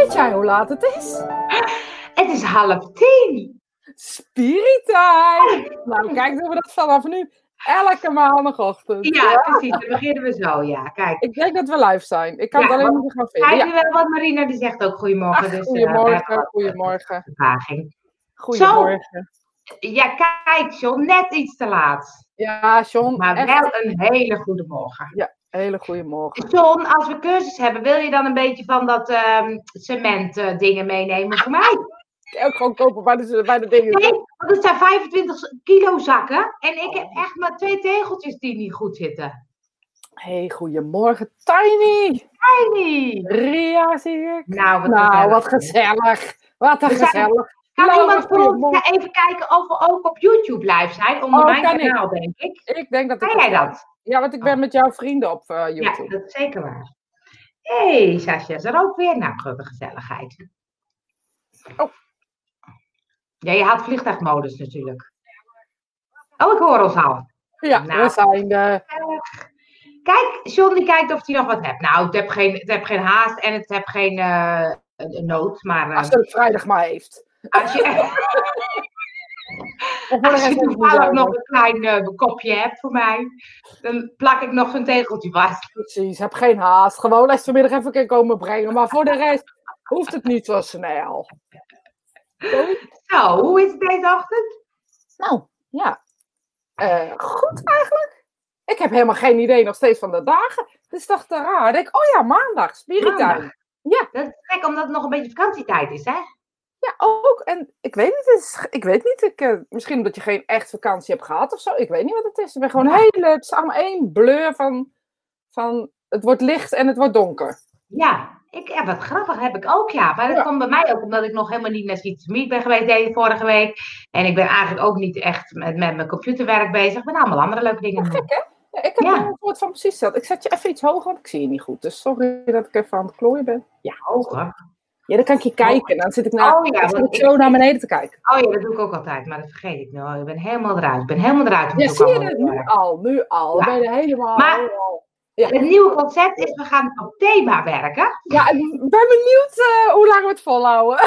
Weet jij hoe laat het is? Het is 9:30. Spirittime! Nou, kijk, doen we dat vanaf nu elke maandagochtend. Ja, precies. Dan beginnen we zo, ja. Kijk. Ik denk dat we live zijn. Ik kan het alleen nog gaan vinden. Kijk wel, want Marina die zegt ook goedemorgen. Ach, Dus, goedemorgen, goedemorgen. Goedemorgen. Ja, kijk, John, net iets te laat. Ja, John. Maar echt. wel een hele goede morgen. Ja, hele goede morgen. John, als we cursus hebben, wil je dan een beetje van dat cement dingen meenemen voor mij? Ook gewoon kopen bij de dingen. Nee, want het zijn 25 kilo zakken. En ik heb echt maar 2 tegeltjes die niet goed zitten. Hey, goedemorgen, Tiny. Tiny. Ria, zie ik. Nou, wat gezellig. Wat een gezellig. Kan iemand even kijken of we ook op YouTube live zijn? Onder mijn kanaal, denk ik. Ik denk dat ik Kan jij dat? Ja, want ik ben met jouw vrienden op YouTube. Ja, dat is zeker waar. Hé, Sascha is er ook weer. Nou, grote gezelligheid. Oh. Ja, je had vliegtuigmodus natuurlijk. Oh, ik hoor ons al. Ja, nou, we zijn... Kijk, John die kijkt of hij nog wat hebt. Nou, het heb geen haast en het heb geen nood. Maar, als hij het vrijdag maar heeft. Als je toevallig nog een klein kopje hebt voor mij, dan plak ik nog zo'n tegeltje vast. Precies, heb geen haast. Gewoon als vanmiddag even kan komen brengen. Maar voor de rest hoeft het niet zo snel. Zo, hoe is het deze ochtend? Nou, ja. Goed eigenlijk. Ik heb helemaal geen idee nog steeds van de dagen. Het is toch te raar. Ik denk, oh ja, maandag, Spirittime. Ja. Dat is gek, omdat het nog een beetje vakantietijd is, hè? Ja, ook. En ik weet niet. Misschien omdat je geen echt vakantie hebt gehad of zo. Ik weet niet wat het is. Ik ben gewoon het is allemaal één blur van het wordt licht en het wordt donker. Ja, wat grappig heb ik ook, ja. Maar dat komt bij mij ook omdat ik nog helemaal niet met Sweet Meet ben geweest vorige week. En ik ben eigenlijk ook niet echt met mijn computerwerk bezig. Ik ben allemaal andere leuke dingen. Ja, gek, hè? Ja, ik heb een soort van precies dat. Ik zet je even iets hoger, want ik zie je niet goed. Dus sorry dat ik even aan het klooien ben. Ja, hoger. Ja, dan kan ik je kijken. Dan zit ik, zo naar beneden te kijken. Oh ja, dat doe ik ook altijd. Maar dat vergeet ik nu. Ik ben helemaal eruit. Ja, zie je het? Nu al. Ja. Ben je helemaal... Maar het nieuwe concept is, we gaan op thema werken. Ja, ik ben benieuwd hoe lang we het volhouden.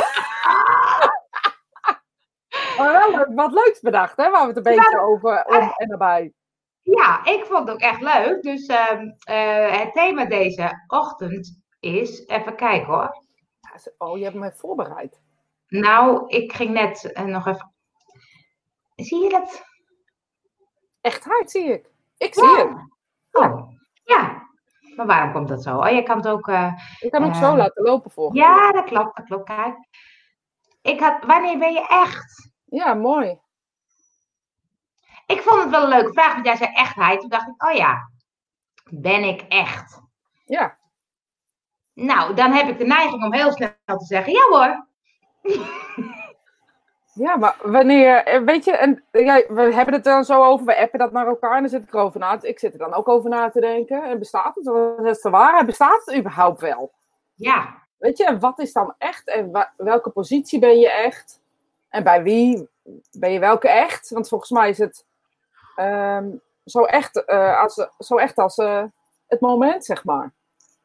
Maar wel wat leuks bedacht, hè? Waar we het een beetje over om en nabij. Ja, ik vond het ook echt leuk. Dus het thema deze ochtend is... Even kijken hoor. Oh, je hebt me voorbereid. Nou, ik ging net nog even... Zie je dat? Echtheid zie ik. Ik zie het. Oh, ja. Maar waarom komt dat zo? Oh, je kan het ook... je kan ook zo laten lopen volgens mij. Ja, dat klopt. Kijk. Wanneer ben je echt? Ja, mooi. Ik vond het wel een leuke vraag, want jij zei echtheid. Toen dacht ik, oh ja, ben ik echt? Ja. Nou, dan heb ik de neiging om heel snel te zeggen, ja hoor. Ja, maar wanneer, weet je, en we hebben het dan zo over, we appen dat naar elkaar en dan zit ik erover na. Ik zit er dan ook over na te denken. En bestaat het? Dat is de waarheid. Bestaat het überhaupt wel? Ja. Weet je, en wat is dan echt? En welke positie ben je echt? En bij wie ben je welke echt? Want volgens mij is het zo echt als het moment, zeg maar.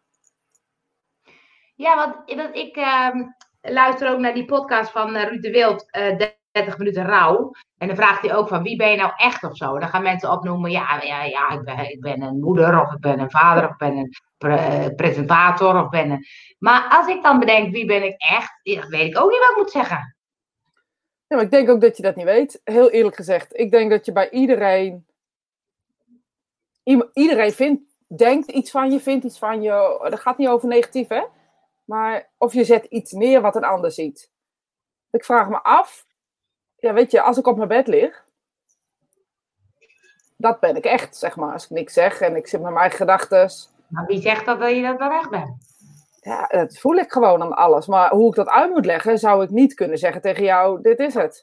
Ja, want ik luister ook naar die podcast van Ruud de Wild, 30 minuten rouw. En dan vraagt hij ook van, wie ben je nou echt of zo? Dan gaan mensen opnoemen, ik ben een moeder, of ik ben een vader, of ik ben een presentator, of ben een... Maar als ik dan bedenk, wie ben ik echt? Weet ik ook niet wat ik moet zeggen. Ja, maar ik denk ook dat je dat niet weet. Heel eerlijk gezegd. Ik denk dat je bij iedereen denkt iets van je, vindt iets van je. Dat gaat niet over negatief, hè? Maar of je zet iets neer wat een ander ziet. Ik vraag me af. Ja, weet je, als ik op mijn bed lig. Dat ben ik echt, zeg maar. Als ik niks zeg en ik zit met mijn eigen gedachten. Maar wie zegt dat je dat wel echt bent? Ja, dat voel ik gewoon aan alles. Maar hoe ik dat uit moet leggen, zou ik niet kunnen zeggen tegen jou, dit is het.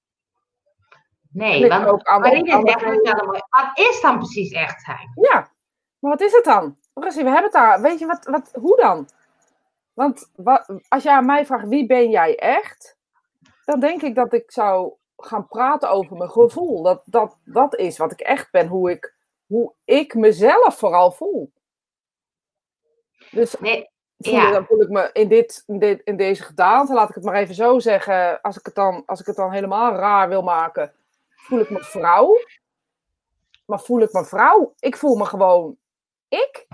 Nee, want Marina zegt wat is dan precies echt zijn? Ja, maar wat is het dan? Precies, we hebben het daar. Weet je, hoe dan? Want als jij aan mij vraagt, wie ben jij echt? Dan denk ik dat ik zou gaan praten over mijn gevoel. Dat is wat ik echt ben, hoe ik mezelf vooral voel. Dus, nee, Ja. Dan voel ik me in deze gedaante, laat ik het maar even zo zeggen, als ik het dan helemaal raar wil maken, voel ik me vrouw. Maar voel ik me vrouw? Ik voel me gewoon ik.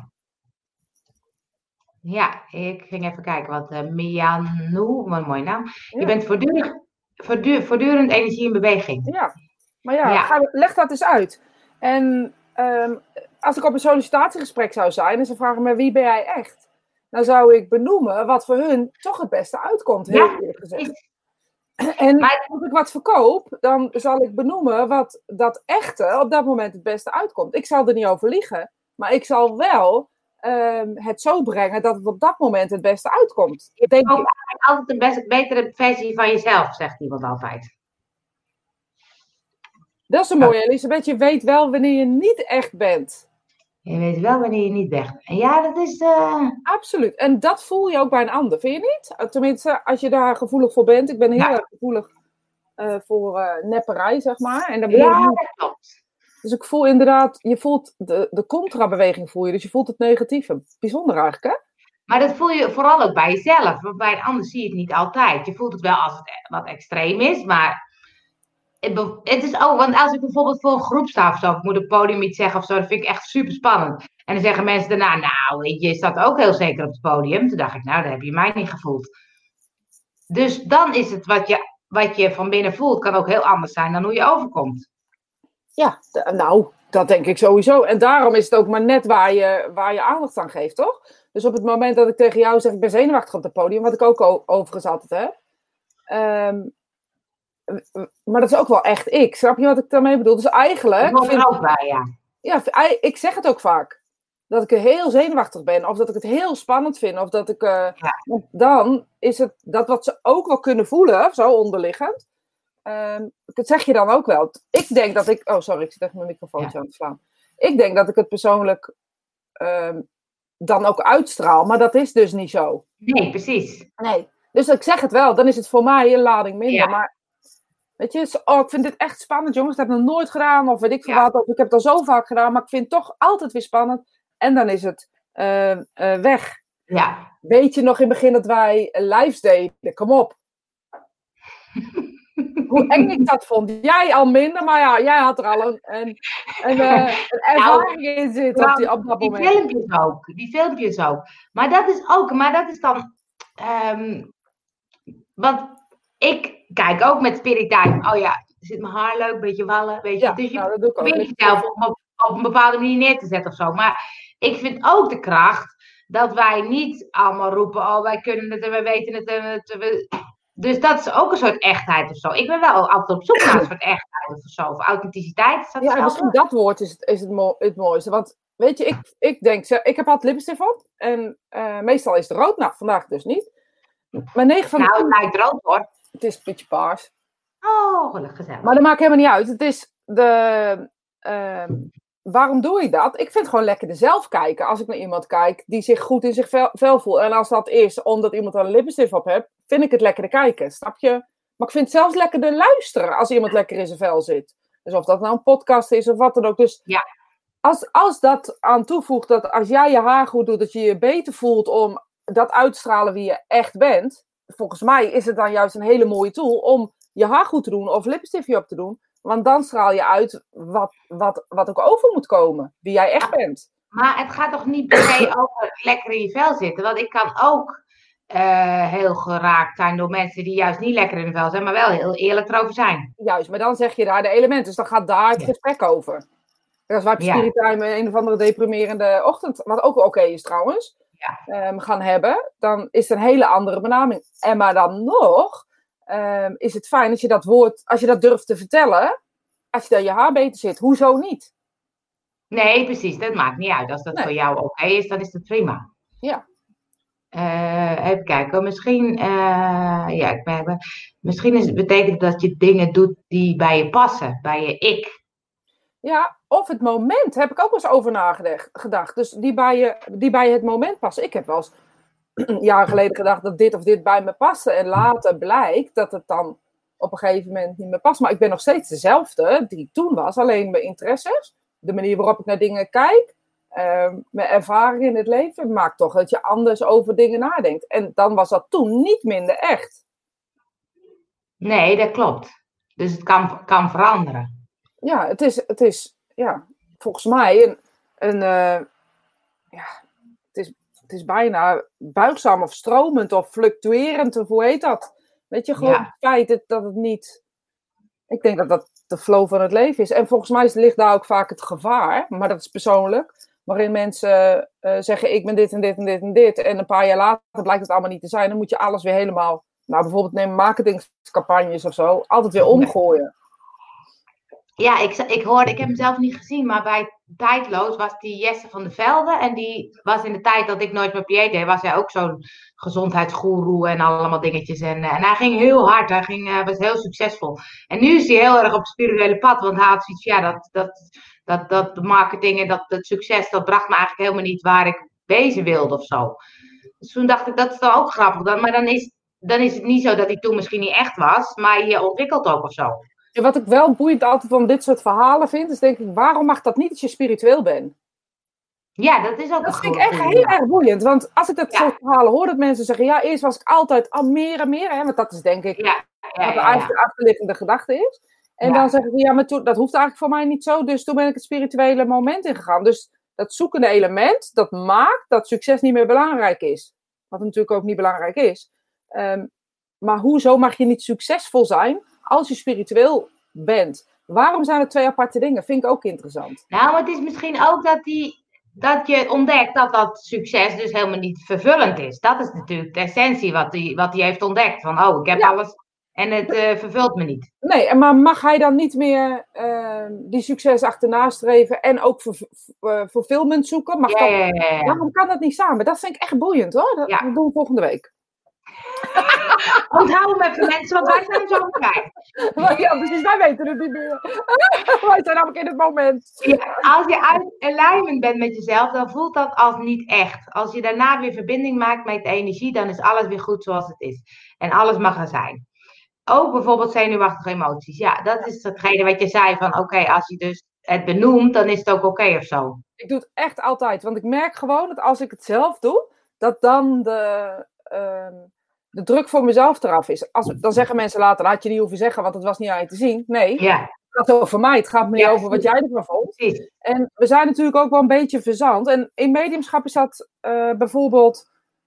Ja, ik ging even kijken wat Mianou, wat een mooie naam. Je Ja. bent voortdurend energie in beweging. Ja, maar ja, Ja, leg dat eens uit. En als ik op een sollicitatiegesprek zou zijn en ze vragen me wie ben jij echt? Dan zou ik benoemen wat voor hun toch het beste uitkomt, heel ja, eerlijk gezegd. is- En maar als ik wat verkoop, dan zal ik benoemen wat dat echte op dat moment het beste uitkomt. Ik zal er niet over liegen, maar ik zal wel het zo brengen dat het op dat moment het beste uitkomt. je Denk koopt ik. eigenlijk altijd een betere versie van jezelf, zegt iemand altijd. Dat is een mooie, Elisabeth. Je weet wel wanneer je niet echt bent. Je weet wel wanneer je niet weg. Ja, dat is. Absoluut. En dat voel je ook bij een ander, vind je niet? Tenminste, als je daar gevoelig voor bent. Ik ben heel Ja. erg gevoelig voor nepperij, zeg maar. En dan Ja, dat klopt. Dus ik voel inderdaad, je voelt de contrabeweging voel je. Dus je voelt het negatieve. Bijzonder eigenlijk, hè? Maar dat voel je vooral ook bij jezelf. Want bij een ander zie je het niet altijd. Je voelt het wel als het wat extreem is, maar het is ook, want als ik bijvoorbeeld voor een groep sta of zo, of ik moet op het podium iets zeggen of zo, dat vind ik echt super spannend. En dan zeggen mensen daarna, nou, weet je staat ook heel zeker op het podium. Toen dacht ik, nou, dat heb je mij niet gevoeld. Dus dan is het wat je van binnen voelt, kan ook heel anders zijn dan hoe je overkomt. Ja, nou, dat denk ik sowieso. En daarom is het ook maar net waar je aandacht aan geeft, toch? Dus op het moment dat ik tegen jou zeg, ik ben zenuwachtig op het podium, wat ik ook overigens altijd heb. Maar dat is ook wel echt ik. Snap je wat ik daarmee bedoel? Dus eigenlijk... Dat hoort er ook bij, ja. Ja, ik zeg het ook vaak. Dat ik heel zenuwachtig ben. Of dat ik het heel spannend vind. Of dat ik... Dan is het dat wat ze ook wel kunnen voelen, zo onderliggend. Dat zeg je dan ook wel. Ik denk dat ik... Oh, sorry, ik zit echt mijn microfoon aan te slaan. Ik denk dat ik het persoonlijk dan ook uitstraal. Maar dat is dus niet zo. Nee, precies. Nee. Dus ik zeg het wel. Dan is het voor mij een lading minder. Ja. Maar weet je, ik vind dit echt spannend, jongens. Dat heb ik nog nooit gedaan. Of weet ik veel wat. Of ik heb het al zo vaak gedaan. Maar ik vind het toch altijd weer spannend. En dan is het weg. Ja. Weet je nog in het begin dat wij lives deden? Kom op. Hoe eng ik dat vond. Jij al minder, maar ja, jij had er al een ervaring in zitten op dat moment. Die filmpjes ook. Maar dat is dan... want ik kijk ook met Spirit Time. Oh ja, zit mijn haar leuk, een beetje wallen, weet je. Ja, dus je dat doe ik ook. probeert jezelf op een bepaalde manier neer te zetten of zo. Maar ik vind ook de kracht dat wij niet allemaal roepen, oh wij kunnen het en wij weten het en dus dat is ook een soort echtheid of zo. Ik ben wel altijd op zoek naar een soort echtheid of zo. Of authenticiteit. Is dat ja, misschien dat woord is het mooiste. Want weet je, ik denk, ik heb altijd lippenstift op. En meestal is het rood. Nou, vandaag dus niet. Maar 9 van het lijkt rood hoor. Het is een beetje paars. Oh, gezellig. Maar dat maakt helemaal niet uit. Het is waarom doe ik dat? Ik vind het gewoon lekker zelf kijken. Als ik naar iemand kijk die zich goed in zich vel voelt. En als dat is omdat iemand er een lippenstift op heeft, vind ik het lekker te kijken. Snap je? Maar ik vind het zelfs lekker te luisteren als iemand lekker in zijn vel zit. Dus of dat nou een podcast is of wat dan ook. Dus ja. Als dat aan toevoegt dat als jij je haar goed doet, dat je je beter voelt om dat uitstralen wie je echt bent. Volgens mij is het dan juist een hele mooie tool om je haar goed te doen of lippenstiftje op te doen. Want dan straal je uit wat ook over moet komen. Wie jij echt bent. Maar het gaat toch niet per se over lekker in je vel zitten? Want ik kan ook heel geraakt zijn door mensen die juist niet lekker in hun vel zijn, maar wel heel eerlijk erover zijn. Juist, maar dan zeg je daar de elementen. Dus dan gaat daar het gesprek over. Als wij op Spirit Time een of andere deprimerende ochtend, wat ook oké is trouwens, gaan hebben, dan is het een hele andere benaming. Maar dan nog is het fijn als je dat woord, als je dat durft te vertellen, als je dan je haar beter zit. Hoezo niet? Nee, precies. Dat maakt niet uit. Als dat voor jou oké is, dan is dat prima. Ja. Even kijken. Misschien, misschien betekent dat je dingen doet die bij je passen. Bij je ik. Ja, of het moment, heb ik ook wel eens over nagedacht. Dus die bij het moment passen. Ik heb wel eens jaren geleden gedacht dat dit of dit bij me paste. En later blijkt dat het dan op een gegeven moment niet meer past. Maar ik ben nog steeds dezelfde die ik toen was. Alleen mijn interesses, de manier waarop ik naar dingen kijk, mijn ervaring in het leven maakt toch dat je anders over dingen nadenkt. En dan was dat toen niet minder echt. Nee, dat klopt. Dus het kan veranderen. Ja, het is volgens mij het is bijna buigzaam of stromend of fluctuerend, of hoe heet dat? Weet je, gewoon het feit dat het niet... Ik denk dat dat de flow van het leven is. En volgens mij ligt daar ook vaak het gevaar, maar dat is persoonlijk, waarin mensen zeggen, ik ben dit en dit en dit en dit, en een paar jaar later blijkt het allemaal niet te zijn. Dan moet je alles weer helemaal, bijvoorbeeld neem marketingcampagnes of zo, altijd weer omgooien. Ja, ik heb hem zelf niet gezien, maar bij Tijdloos was die Jesse van der Velde. En die was in de tijd dat ik Nooit meer dieet deed, was hij ook zo'n gezondheidsgoeroe en allemaal dingetjes. En hij ging heel hard, was heel succesvol. En nu is hij heel erg op het spirituele pad, want hij had zoiets, dat marketing en dat succes, dat bracht me eigenlijk helemaal niet waar ik wezen wilde of zo. Dus toen dacht ik, dat is dan ook grappig. Maar dan is het niet zo dat hij toen misschien niet echt was, maar je ontwikkelt ook of zo. En wat ik wel boeiend altijd van dit soort verhalen vind, is denk ik, waarom mag dat niet als je spiritueel bent? Ja, dat is ook dat vind ik echt heel erg boeiend. Want als ik dat soort verhalen hoor, dat mensen zeggen, ja, eerst was ik altijd al meer en meer. Hè, want dat is denk ik wat de achterliggende gedachte is. En dan zeggen ze, ja, maar dat hoeft eigenlijk voor mij niet zo. Dus toen ben ik het spirituele moment ingegaan. Dus dat zoekende element, dat maakt dat succes niet meer belangrijk is. Wat natuurlijk ook niet belangrijk is. Maar hoezo mag je niet succesvol zijn als je spiritueel bent? Waarom zijn het twee aparte dingen? Vind ik ook interessant. Nou, het is misschien ook dat je ontdekt dat succes dus helemaal niet vervullend is. Dat is natuurlijk de essentie wat hij heeft ontdekt. Van, ik heb alles en het vervult me niet. Nee, maar mag hij dan niet meer die succes achterna streven en ook fulfillment zoeken? Waarom kan dat niet samen? Dat vind ik echt boeiend, hoor. Dat doen we volgende week. Onthoud me even, mensen, want wij zijn zo vrij. Ja, precies, wij weten het niet meer. Wij zijn namelijk in het moment. Ja, als je uit alignment bent met jezelf, dan voelt dat als niet echt. Als je daarna weer verbinding maakt met de energie, dan is alles weer goed zoals het is. En alles mag er zijn. Ook bijvoorbeeld zenuwachtige emoties. Ja, dat is hetgene wat je zei van, als je dus het benoemt, dan is het ook oké of zo. Ik doe het echt altijd, want ik merk gewoon dat als ik het zelf doe, dat dan de druk voor mezelf eraf is. Dan zeggen mensen later, had je niet hoeven zeggen, want het was niet aan je te zien. Nee, het gaat over mij. Het gaat me niet over wat jij ervan vond. Precies. En we zijn natuurlijk ook wel een beetje verzand. En in mediumschap is dat bijvoorbeeld...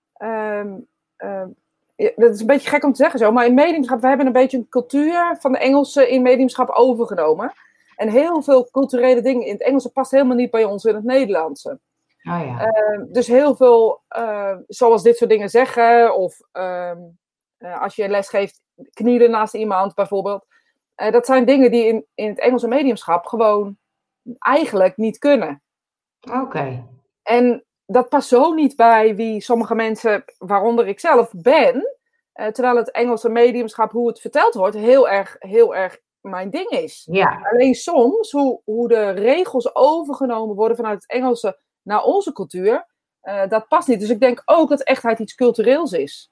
dat is een beetje gek om te zeggen zo, maar in mediumschap, we hebben een beetje een cultuur van de Engelsen in mediumschap overgenomen. En heel veel culturele dingen in het Engelse past helemaal niet bij ons in het Nederlandse. Oh ja. Dus heel veel, zoals dit soort dingen zeggen, of als je les geeft, knielen naast iemand bijvoorbeeld. Dat zijn dingen die in het Engelse mediumschap gewoon eigenlijk niet kunnen. Oké. En dat past zo niet bij wie sommige mensen, waaronder ik zelf, ben. Terwijl het Engelse mediumschap, hoe het verteld wordt, heel erg mijn ding is. Ja. Alleen soms, hoe de regels overgenomen worden vanuit het Engelse naar onze cultuur, dat past niet. Dus ik denk ook dat echtheid iets cultureels is.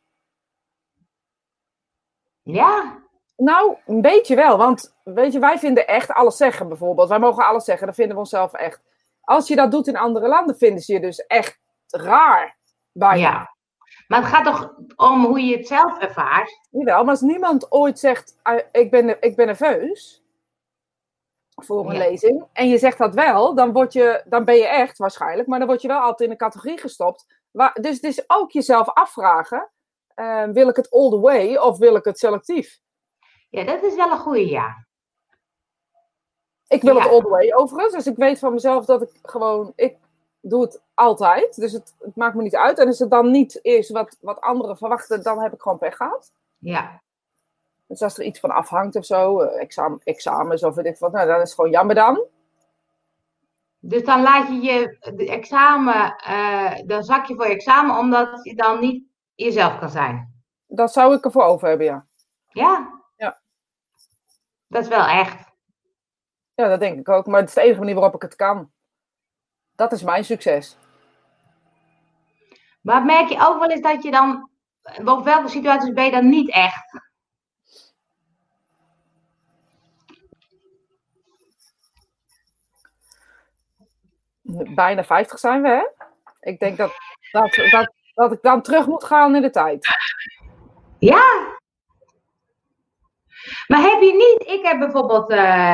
Ja? Nou, een beetje wel. Want, weet je, wij vinden echt alles zeggen, bijvoorbeeld. Wij mogen alles zeggen, dat vinden we onszelf echt. Als je dat doet in andere landen, vinden ze je dus echt raar. Bijna. Ja. Maar het gaat toch om hoe je het zelf ervaart? Jawel, maar als niemand ooit zegt, ik ben nerveus voor een lezing, en je zegt dat wel, dan ben je echt waarschijnlijk, maar dan word je wel altijd in een categorie gestopt. Dus het is ook jezelf afvragen, wil ik het all the way of wil ik het selectief? Ja, dat is wel een goeie, ja. Ik wil het all the way overigens, dus ik weet van mezelf dat ik doe het altijd, dus het maakt me niet uit. En als het dan niet is wat anderen verwachten, dan heb ik gewoon pech gehad. Ja. Dus als er iets van afhangt of zo, examens of weet ik wat, nou, dan is het gewoon jammer dan. Dus dan laat je de examen, dan zak je voor je examen, omdat je dan niet jezelf kan zijn. Dat zou ik ervoor over hebben, ja. Ja? Ja. Dat is wel echt. Ja, dat denk ik ook. Maar het is de enige manier waarop ik het kan. Dat is mijn succes. Maar merk je ook wel eens dat je dan, op welke situaties ben je dan niet echt? Bijna 50 zijn we, hè? Ik denk dat ik dan terug moet gaan in de tijd. Ja. Maar heb je niet... Ik heb bijvoorbeeld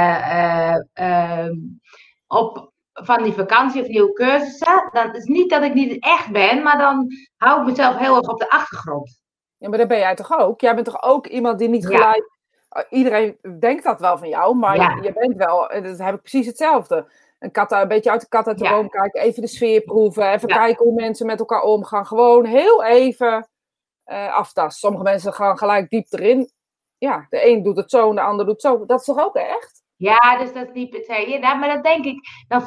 op van die vakantie of nieuwe cursussen. Dat is niet dat ik niet echt ben, maar dan hou ik mezelf heel erg op de achtergrond. Ja, maar dat ben jij toch ook? Jij bent toch ook iemand die niet gelijk... Iedereen denkt dat wel van jou, maar je bent wel... Dat heb ik precies hetzelfde. Een beetje uit de kat uit de boom kijken. Even de sfeer proeven. Even kijken hoe mensen met elkaar omgaan. Gewoon heel even aftasten. Sommige mensen gaan gelijk diep erin. Ja, de een doet het zo en de ander doet het zo. Dat is toch ook echt? Ja, dus dat is niet per se. Ja, maar dat denk ik. Dan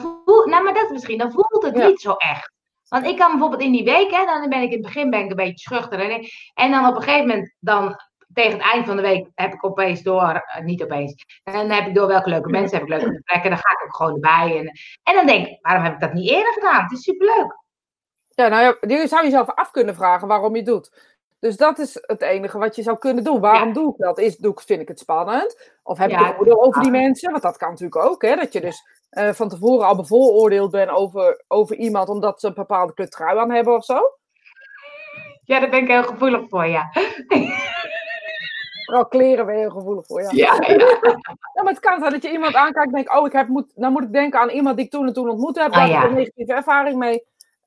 voelt het niet zo echt. Want ik kan bijvoorbeeld in die week, hè, dan ben ik in het begin een beetje schuchter. En dan op een gegeven moment, dan tegen het eind van de week, heb ik opeens door, niet opeens, en dan heb ik door welke leuke mensen heb ik leuke gesprekken. Dan ga ik ook gewoon erbij. En dan denk ik, waarom heb ik dat niet eerder gedaan? Het is superleuk. Ja, nou ja, je zou jezelf af kunnen vragen waarom je het doet. Dus dat is het enige wat je zou kunnen doen. Waarom doe ik dat? Vind ik het spannend? Of heb ik een oordeel over die mensen? Want dat kan natuurlijk ook, hè? Dat je dus van tevoren al bevooroordeeld bent over iemand omdat ze een bepaalde kleur trui aan hebben of zo. Ja, daar ben ik heel gevoelig voor, ja. Vooral kleren ben je heel gevoelig voor, ja. Ja. Maar het kan zijn dat je iemand aankijkt en denkt, dan moet ik denken aan iemand die ik toen en toen ontmoet heb. Daar heb ik een negatieve ervaring mee.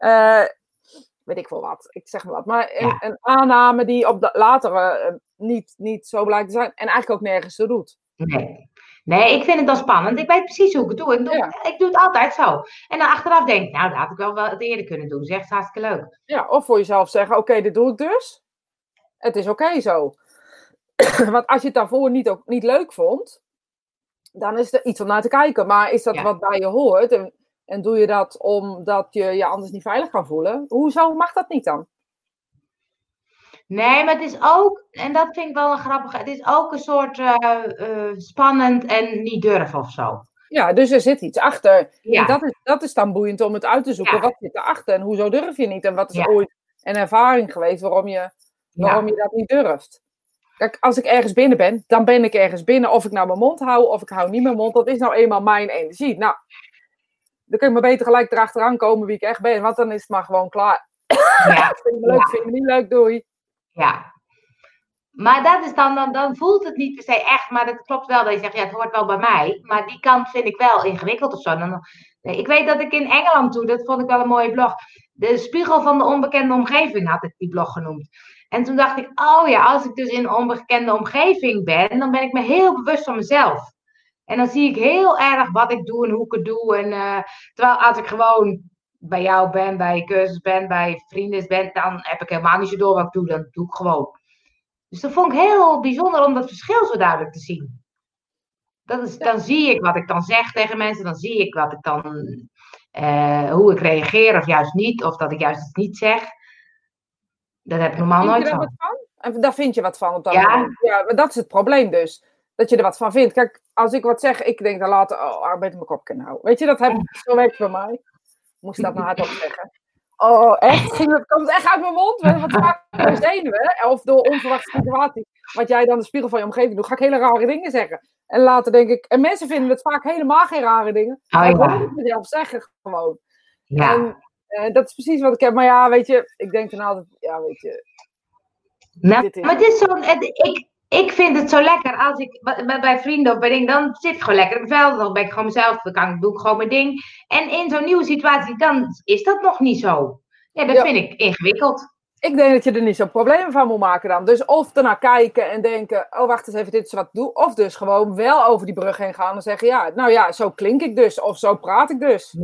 Weet ik veel wat. Ik zeg maar wat. Maar een aanname die op de latere niet zo blijkt te zijn. En eigenlijk ook nergens zo doet. Nee, ik vind het dan spannend. Ik weet precies hoe ik het doe. Ik doe het altijd zo. En dan achteraf denk ik, nou, dat had ik wel het eerder kunnen doen. Zeg, het is hartstikke leuk. Ja, of voor jezelf zeggen, oké, dit doe ik dus. Het is oké zo. Want als je het daarvoor niet leuk vond, dan is er iets om naar te kijken. Maar is dat wat bij je hoort? En doe je dat omdat je je anders niet veilig kan voelen? Hoezo mag dat niet dan? Nee, maar het is ook, en dat vind ik wel een grappige, het is ook een soort spannend en niet durven of zo. Ja, dus er zit iets achter. Ja. En dat is dan boeiend om het uit te zoeken. Ja. Wat zit erachter en hoezo durf je niet? En wat is ooit een ervaring geweest waarom je dat niet durft? Kijk, als ik ergens binnen ben, dan ben ik ergens binnen. Of ik nou mijn mond hou, of ik hou niet mijn mond. Dat is nou eenmaal mijn energie. Nou, dan kun je maar beter gelijk erachteraan komen wie ik echt ben. Want dan is het maar gewoon klaar. Ja. Vind je me leuk, vind je me niet leuk, doei. Ja. Maar dat is dan voelt het niet per se echt. Maar dat klopt wel dat je zegt, ja, het hoort wel bij mij. Maar die kant vind ik wel ingewikkeld of zo. Ik weet dat ik in Engeland toen, dat vond ik wel een mooie blog. De spiegel van de onbekende omgeving had ik die blog genoemd. En toen dacht ik, oh ja, als ik dus in een onbekende omgeving ben, dan ben ik me heel bewust van mezelf. En dan zie ik heel erg wat ik doe en hoe ik het doe. En terwijl als ik gewoon bij jou ben, bij je cursus ben, bij vrienden ben, dan heb ik helemaal niet zo door wat ik doe. Dan doe ik gewoon. Dus dat vond ik heel bijzonder om dat verschil zo duidelijk te zien. Dan zie ik wat ik dan zeg tegen mensen. Dan zie ik wat ik dan, hoe ik reageer of juist niet. Of dat ik juist iets niet zeg. Dat heb ik normaal nooit van. En daar vind je wat van op dat moment. Ja, maar dat is het probleem dus. Dat je er wat van vindt. Kijk, als ik wat zeg, ik denk dan later, arbeid in mijn kop kunnen houden. Weet je, zo werkt het bij mij. Moest dat nou hardop zeggen. Oh, echt? Komt het echt uit mijn mond? Wat vaak door zenuwen, of door onverwachte situaties. Wat jij dan de spiegel van je omgeving doet, ga ik hele rare dingen zeggen. En later denk ik, en mensen vinden het vaak helemaal geen rare dingen. Maar ik hoor het mezelf zeggen gewoon. Ja. En dat is precies wat ik heb. Maar ja, weet je, ik denk dan altijd, ja, weet je. Nou, maar het is zo, ik vind het zo lekker als ik bij vrienden of bij dingen, dan zit ik gewoon lekker in mijn vel. Dan ben ik gewoon mezelf, dan doe ik gewoon mijn ding. En in zo'n nieuwe situatie, dan is dat nog niet zo. Ja, dat vind ik ingewikkeld. Ik denk dat je er niet zo'n probleem van moet maken dan. Dus of ernaar kijken en denken, oh wacht eens even, dit is wat ik doe. Of dus gewoon wel over die brug heen gaan en zeggen, ja, nou ja, zo klink ik dus. Of zo praat ik dus.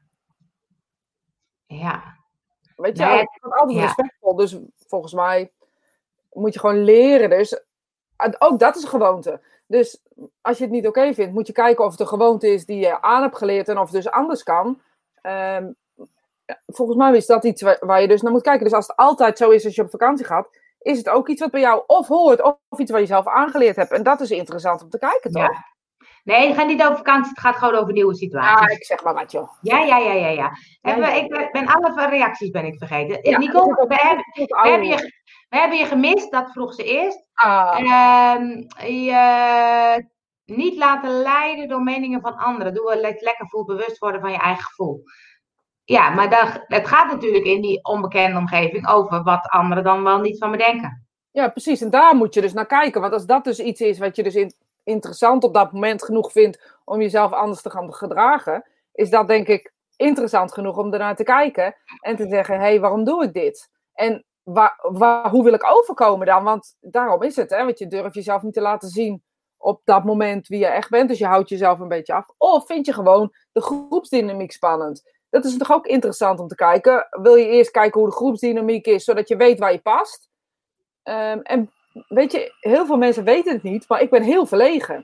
Ja. Weet je, ik ben altijd respectvol. Dus volgens mij moet je gewoon leren. Dus ook dat is een gewoonte. Dus als je het niet oké vindt, moet je kijken of het een gewoonte is die je aan hebt geleerd en of het dus anders kan. Volgens mij is dat iets waar je dus naar moet kijken. Dus als het altijd zo is als je op vakantie gaat, is het ook iets wat bij jou of hoort of iets wat je zelf aangeleerd hebt. En dat is interessant om te kijken, toch? Ja. Nee, het gaat niet over vakantie, het gaat gewoon over nieuwe situaties. Ja, ik zeg maar wat, joh. Ja. Ik ben alle reacties ben ik vergeten. Ja, Nicole, we hebben je gemist, dat vroeg ze eerst. Je niet laten leiden door meningen van anderen. Doe wat lekker voelt, bewust worden van je eigen gevoel. Ja, maar het gaat natuurlijk in die onbekende omgeving over wat anderen dan wel niet van me denken. Ja, precies. En daar moet je dus naar kijken. Want als dat dus iets is wat je dus interessant op dat moment genoeg vindt om jezelf anders te gaan gedragen, is dat denk ik interessant genoeg om ernaar te kijken en te zeggen, hé, waarom doe ik dit? En hoe wil ik overkomen dan? Want daarom is het, hè? Want je durft jezelf niet te laten zien op dat moment wie je echt bent. Dus je houdt jezelf een beetje af. Of vind je gewoon de groepsdynamiek spannend? Dat is toch ook interessant om te kijken. Wil je eerst kijken hoe de groepsdynamiek is, zodat je weet waar je past? En weet je, heel veel mensen weten het niet, maar ik ben heel verlegen.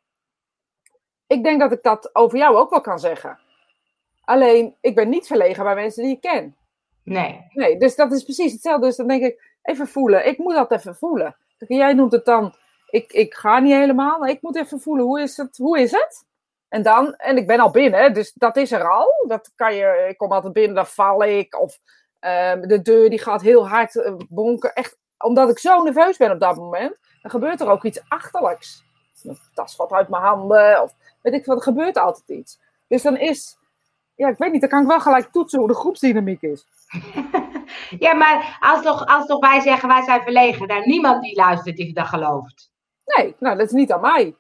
Ik denk dat ik dat over jou ook wel kan zeggen. Alleen, ik ben niet verlegen bij mensen die ik ken. Nee, dus dat is precies hetzelfde. Dus dan denk ik, even voelen. Ik moet dat even voelen. Jij noemt het dan, ik ga niet helemaal, maar ik moet even voelen, hoe is het? En ik ben al binnen, dus dat is er al. Ik kom altijd binnen, dan val ik. Of de deur die gaat heel hard bonken. Echt, omdat ik zo nerveus ben op dat moment, dan gebeurt er ook iets achterlijks. Mijn tas valt uit mijn handen, of weet ik wat, er gebeurt altijd iets. Dus dan ik weet niet, dan kan ik wel gelijk toetsen hoe de groepsdynamiek is. Ja, maar als toch wij zeggen, wij zijn verlegen, daar niemand die luistert die dat gelooft. Nee, nou, dat is niet aan mij.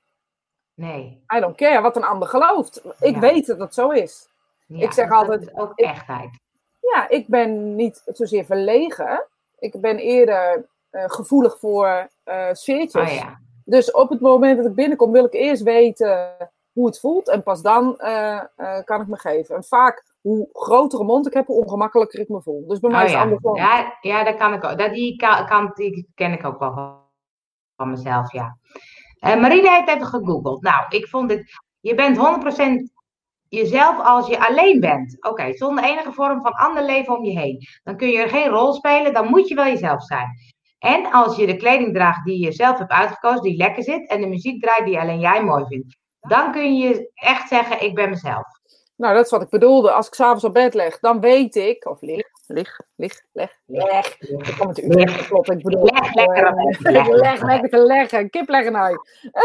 Nee. I don't care wat een ander gelooft. Ik weet dat het zo is. Ja, ik zeg altijd, dat is ook echtheid. Ja, ik ben niet zozeer verlegen. Ik ben eerder gevoelig voor sfeertjes. Oh, ja. Dus op het moment dat ik binnenkom, wil ik eerst weten hoe het voelt. En pas dan kan ik me geven. En vaak, hoe grotere mond ik heb, hoe ongemakkelijker ik me voel. Dus bij mij is het andersom. Ja, dat kan ik ook. Die ken ik ook wel van mezelf, ja. Marina heeft even gegoogeld. Nou, ik vond het... Je bent 100% jezelf als je alleen bent. Oké, zonder enige vorm van ander leven om je heen. Dan kun je er geen rol spelen, dan moet je wel jezelf zijn. En als je de kleding draagt die je zelf hebt uitgekozen, die lekker zit, en de muziek draait die alleen jij mooi vindt, dan kun je echt zeggen, ik ben mezelf. Nou, dat is wat ik bedoelde. Als ik 's avonds op bed leg, dan weet ik, of lig. Ik kom natuurlijk klopt. Ik bedoel, leg lekker te leggen, kip leggen naar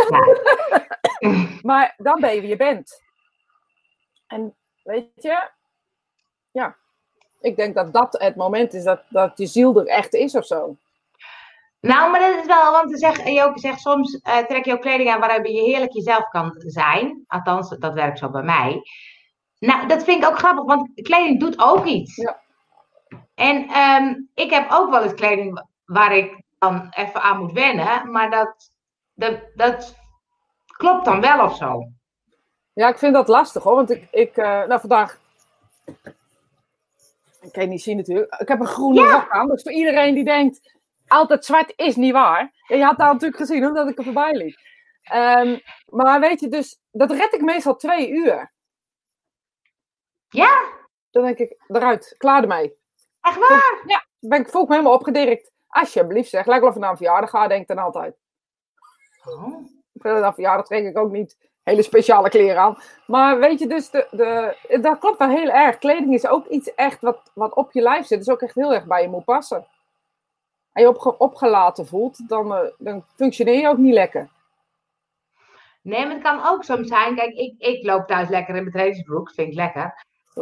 Maar dan ben je wie je bent. En weet je, ja, ik denk dat dat het moment is dat je ziel er echt is of zo. Nou, maar dat is wel, want Joke zegt soms trek je ook kleding aan waarin je heerlijk jezelf kan zijn. Althans, dat werkt zo bij mij. Nou, dat vind ik ook grappig, want kleding doet ook iets. Ja. En ik heb ook wel eens kleding waar ik dan even aan moet wennen, maar dat klopt dan wel of zo. Ja, ik vind dat lastig hoor, want nou vandaag, ik kan je niet zien natuurlijk, ik heb een groene rok aan, dus voor iedereen die denkt, altijd zwart is niet waar. Ja, je had dat natuurlijk gezien, omdat ik er voorbij liep. Maar weet je, dus dat red ik meestal 2 uur. Ja? Dan denk ik, eruit, klaar ermee. Echt waar? Ja, voel ik me helemaal opgedirkt. Alsjeblieft zeg, lijkt wel of ik naar een verjaardag ga, denk ik dan altijd. Naar verjaardag trek ik ook niet hele speciale kleren aan. Maar weet je, dus dat klopt wel heel erg. Kleding is ook iets echt wat op je lijf zit. Dus ook echt heel erg bij je moet passen. En je opgelaten voelt, dan functioneer je ook niet lekker. Nee, maar het kan ook soms zijn. Kijk, ik loop thuis lekker in mijn trainingsbroek. Vind ik lekker.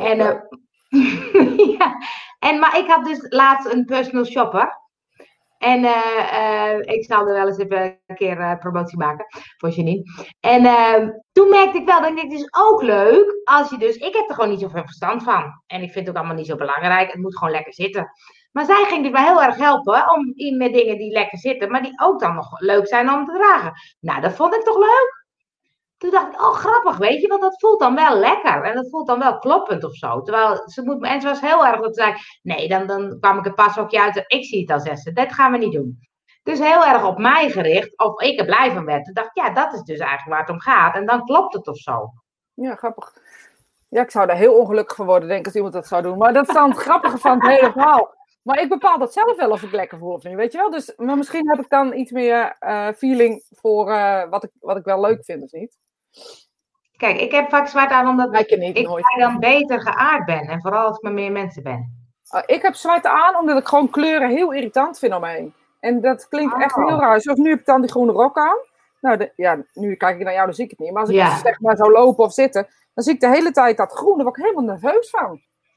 Maar ik had dus laatst een personal shopper. En ik zal er wel eens even een keer promotie maken voor Janine. En toen merkte ik wel, dat ik is ook leuk als je dus... Ik heb er gewoon niet zoveel verstand van. En ik vind het ook allemaal niet zo belangrijk. Het moet gewoon lekker zitten. Maar zij ging dus wel heel erg helpen met dingen die lekker zitten. Maar die ook dan nog leuk zijn om te dragen. Nou, dat vond ik toch leuk? Toen dacht ik, grappig, weet je, want dat voelt dan wel lekker. En dat voelt dan wel kloppend of zo. Terwijl en ze was heel erg dat ze zei, nee, dan kwam ik het pashokje uit. Ik zie het als Esther, dat gaan we niet doen. Dus heel erg op mij gericht, of ik er blij van werd. Toen dacht ik, ja, dat is dus eigenlijk waar het om gaat. En dan klopt het of zo. Ja, grappig. Ja, ik zou daar heel ongelukkig van worden, denk ik, als iemand dat zou doen. Maar dat is dan het grappige van het hele verhaal. Maar ik bepaal dat zelf wel of ik lekker voel of niet, weet je wel. Dus, maar misschien heb ik dan iets meer feeling voor wat ik wel leuk vind of niet. Kijk, ik heb vaak zwart aan omdat ik dan beter geaard ben. En vooral als ik met meer mensen ben. Ik heb zwart aan omdat ik gewoon kleuren heel irritant vind om me heen. En dat klinkt echt heel raar. Zoals nu heb ik dan die groene rok aan. Nou, nu kijk ik naar jou, dan zie ik het niet. Maar als ik zeg maar zou lopen of zitten, dan zie ik de hele tijd dat groen. Daar word ik helemaal nerveus van.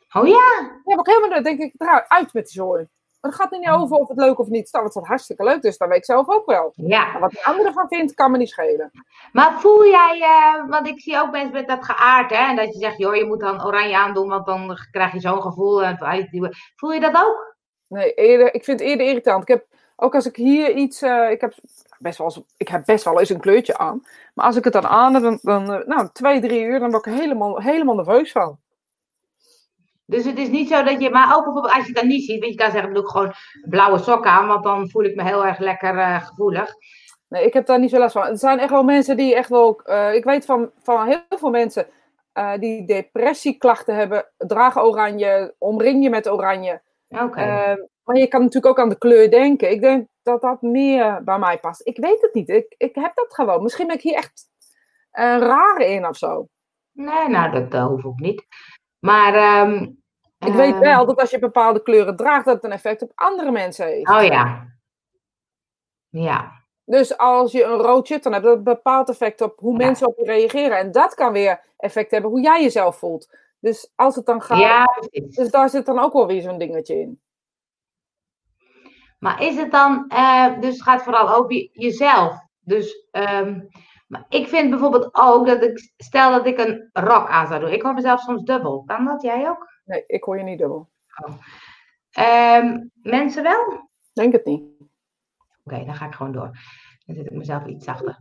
Oh ja? Ja, ook helemaal, denk ik, uit met die zooi. Maar het gaat er niet over of het leuk of niet is. Nou, het is hartstikke leuk, dus dat weet ik zelf ook wel. Ja. Maar wat de andere van vindt, kan me niet schelen. Maar voel jij, want ik zie ook mensen met dat geaard, hè, en dat je zegt, joh, je moet dan oranje aandoen, want dan krijg je zo'n gevoel. Voel je dat ook? Nee, ik vind het eerder irritant. Ik heb, ook als ik hier iets, ik heb best wel eens een kleurtje aan. Maar als ik het dan aan heb, dan 2-3 uur, dan word ik helemaal nerveus van. Dus het is niet zo dat je, maar ook bijvoorbeeld als je het dan niet ziet, want je kan zeggen, doe ik gewoon blauwe sokken aan, want dan voel ik me heel erg lekker gevoelig. Nee, ik heb daar niet zo last van. Er zijn echt wel mensen die echt wel, ik weet van heel veel mensen die depressieklachten hebben, dragen oranje, omring je met oranje. Oké. Maar je kan natuurlijk ook aan de kleur denken. Ik denk dat dat meer bij mij past. Ik weet het niet. Ik heb dat gewoon. Misschien ben ik hier echt raar in of zo. Nee, nou, dat hoeft ook niet. Maar, Ik weet wel dat als je bepaalde kleuren draagt, dat het een effect op andere mensen heeft. oh ja. Ja. Dus als je een rood shirt dan hebt, dat een bepaald effect op hoe mensen op je reageren. En dat kan weer effect hebben hoe jij jezelf voelt. Dus als het dan gaat... Ja, precies. Dus daar zit dan ook wel weer zo'n dingetje in. Maar is het dan, dus het gaat vooral over jezelf. Dus, maar ik vind bijvoorbeeld ook dat stel dat ik een rok aan zou doen. Ik hoor mezelf soms dubbel. Kan dat? Jij ook? Nee, ik hoor je niet dubbel. Mensen wel? Denk het niet. Oké, dan ga ik gewoon door. Dan zet ik mezelf iets zachter.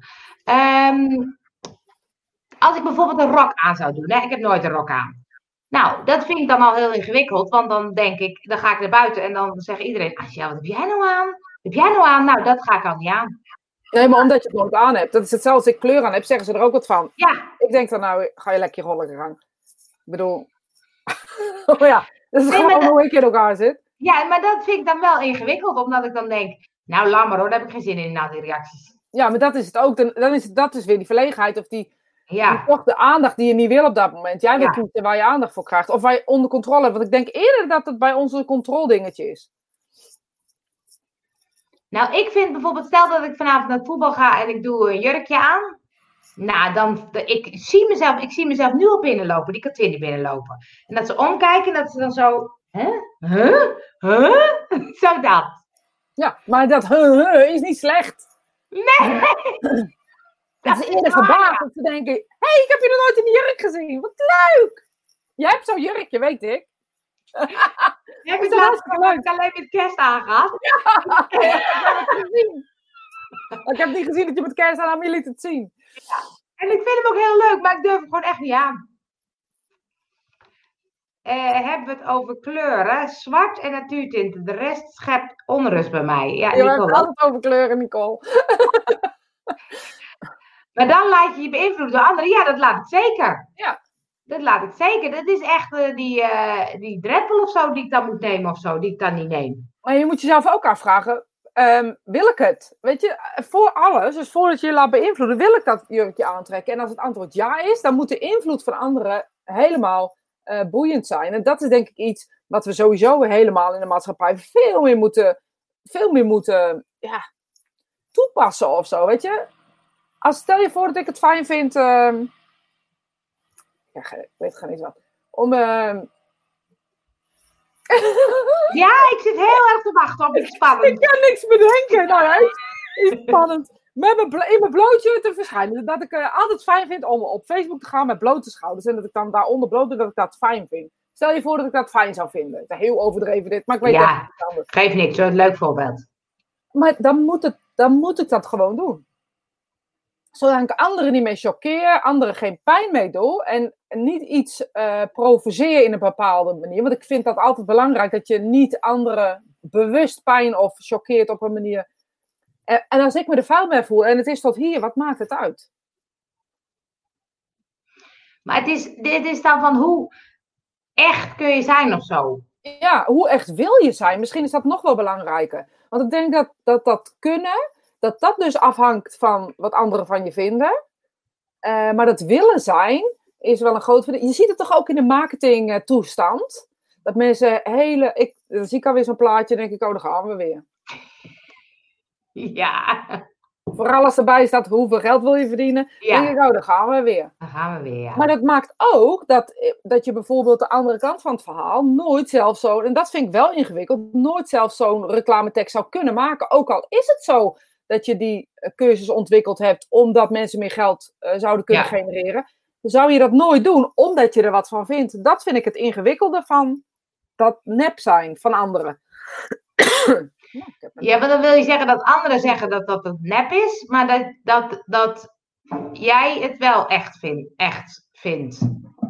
Als ik bijvoorbeeld een rok aan zou doen. Hè? Ik heb nooit een rok aan. Nou, dat vind ik dan al heel ingewikkeld. Want dan denk ik, dan ga ik naar buiten en dan zegt iedereen, Asja, wat heb jij nou aan? Wat heb jij nou aan? Nou, dat ga ik al niet aan. Nee, maar omdat je het nooit aan hebt. Dat is hetzelfde als ik kleur aan heb, zeggen ze er ook wat van. Ja. Ik denk dan nou, ga je lekker rollen gang. Ik bedoel... oh ja, dat is gewoon hoe ik in elkaar zit. Ja, maar dat vind ik dan wel ingewikkeld. Omdat ik dan denk, nou laat maar hoor, daar heb ik geen zin in na die reacties. Ja, maar dat is het ook. Dat is weer die verlegenheid of die toch de aandacht die je niet wil op dat moment. Jij wil kiezen waar je aandacht voor krijgt. Of waar je onder controle hebt. Want ik denk eerder dat het bij ons een controledingetje is. Nou, ik vind bijvoorbeeld, stel dat ik vanavond naar het voetbal ga en ik doe een jurkje aan. Nou, ik zie mezelf nu al binnenlopen, die Katrien die binnenlopen. En dat ze omkijken en dat ze dan zo, zo dat. Ja, maar dat is niet slecht. Nee! Dat is eerder verbaasd om te denken, hé, ik heb je nog nooit in die jurk gezien. Wat leuk! Jij hebt zo'n jurkje, weet ik. Heb je laatst alleen met kerst aangehad? Ja, ik heb het gezien. Ik heb niet gezien dat je met kerst aan je liet het zien. Ja. En ik vind hem ook heel leuk, maar ik durf hem gewoon echt niet aan. Hebben we het over kleuren? Zwart en natuurtinten. De rest schept onrust bij mij. Ja, je hebt het altijd over kleuren, Nicole. Maar dan laat je je beïnvloeden door anderen. Ja, dat laat ik zeker. Ja. Dat laat ik zeker. Dat is echt die drempel of zo die ik dan moet nemen of zo, die ik dan niet neem. Maar je moet jezelf ook afvragen, wil ik het? Weet je, voor alles, dus voordat je je laat beïnvloeden, wil ik dat jurkje aantrekken? En als het antwoord ja is, dan moet de invloed van anderen helemaal boeiend zijn. En dat is denk ik iets wat we sowieso helemaal in de maatschappij veel meer moeten toepassen of zo, weet je? Stel je voor dat ik het fijn vind, ik weet gewoon niet wat, om... Ja, ik zit heel erg te wachten op iets spannends. Ik kan niks bedenken. Nou ja, iets spannend. In mijn blootje te verschijnen. Dat ik altijd fijn vind om op Facebook te gaan met blote schouders. En dat ik dan daaronder bloot doe dat ik dat fijn vind. Stel je voor dat ik dat fijn zou vinden. Het is heel overdreven dit, maar ik weet dat het niet anders. Geef niks, een leuk voorbeeld. Maar dan moet ik dat gewoon doen. Zodat ik anderen niet mee choqueer, anderen geen pijn mee doe. En niet iets provoceer in een bepaalde manier. Want ik vind dat altijd belangrijk, dat je niet anderen bewust pijn of choqueert op een manier. En als ik me er fout mee voel en het is tot hier, wat maakt het uit? Maar dit is dan van hoe echt kun je zijn of zo? Ja, hoe echt wil je zijn? Misschien is dat nog wel belangrijker. Want ik denk dat kunnen, dat dus afhangt van wat anderen van je vinden. Maar dat willen zijn is wel een groot... Je ziet het toch ook in de marketingtoestand? Dat mensen dan zie ik alweer zo'n plaatje en denk ik, oh, daar gaan we weer. Ja. Vooral als erbij staat hoeveel geld wil je verdienen. Ja. Denk ik, oh, dan gaan we weer. Dan gaan we weer, ja. Maar dat maakt ook dat je bijvoorbeeld de andere kant van het verhaal nooit zelf zo, en dat vind ik wel ingewikkeld, nooit zelf zo'n reclametekst zou kunnen maken. Ook al is het zo dat je die cursus ontwikkeld hebt omdat mensen meer geld zouden kunnen genereren. Dan zou je dat nooit doen omdat je er wat van vindt. Dat vind ik het ingewikkelde van dat nep zijn van anderen. Ja, maar dan wil je zeggen dat anderen zeggen dat het nep is, maar dat jij het wel echt vindt.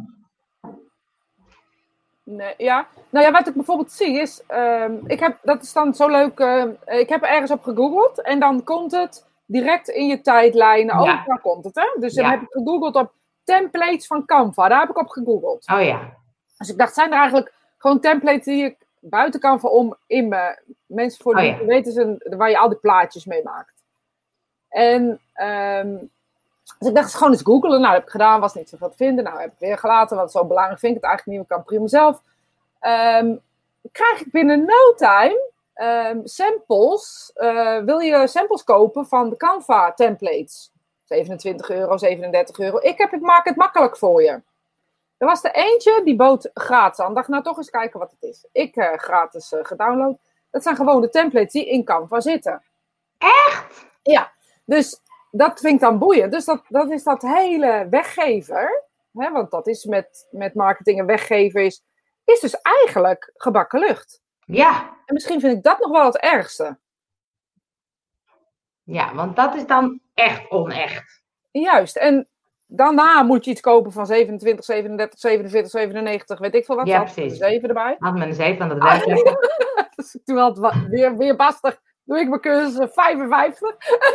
Nee, ja. Nou ja, wat ik bijvoorbeeld zie is, dat is dan zo leuk, ik heb ergens op gegoogeld en dan komt het direct in je tijdlijnen. Oh, daar komt het, hè? Dus dan heb ik gegoogeld op templates van Canva, daar heb ik op gegoogeld. Oh ja. Dus ik dacht, zijn er eigenlijk gewoon templates die ik buiten Canva om in me, mensen voor die weten zijn, waar je al die plaatjes mee maakt. En dus ik dacht, gewoon eens googelen. Nou, dat heb ik gedaan, was niet zoveel te vinden. Nou, heb ik weer gelaten, want zo belangrijk vind ik het eigenlijk niet. Ik kan prima zelf. Krijg ik binnen no time samples. Wil je samples kopen van de Canva templates? €27, €37. Ik maak het makkelijk voor je. Er was er eentje, die bood gratis aan. Ik dacht, nou toch eens kijken wat het is. Ik gratis gedownload. Dat zijn gewoon de templates die in Canva zitten. Echt? Ja, dus dat vind ik dan boeiend. Dus dat is dat hele weggever. Hè, want dat is met marketing en weggeven is dus eigenlijk gebakken lucht. Ja. En misschien vind ik dat nog wel het ergste. Ja, want dat is dan echt onecht. Juist. En daarna moet je iets kopen van 27, 37, 47, 97, weet ik veel wat. Ja, precies. Een 7 erbij. Had met een 7 aan het werk. Dus toen had weer bastig. Doe ik mijn cursus 55.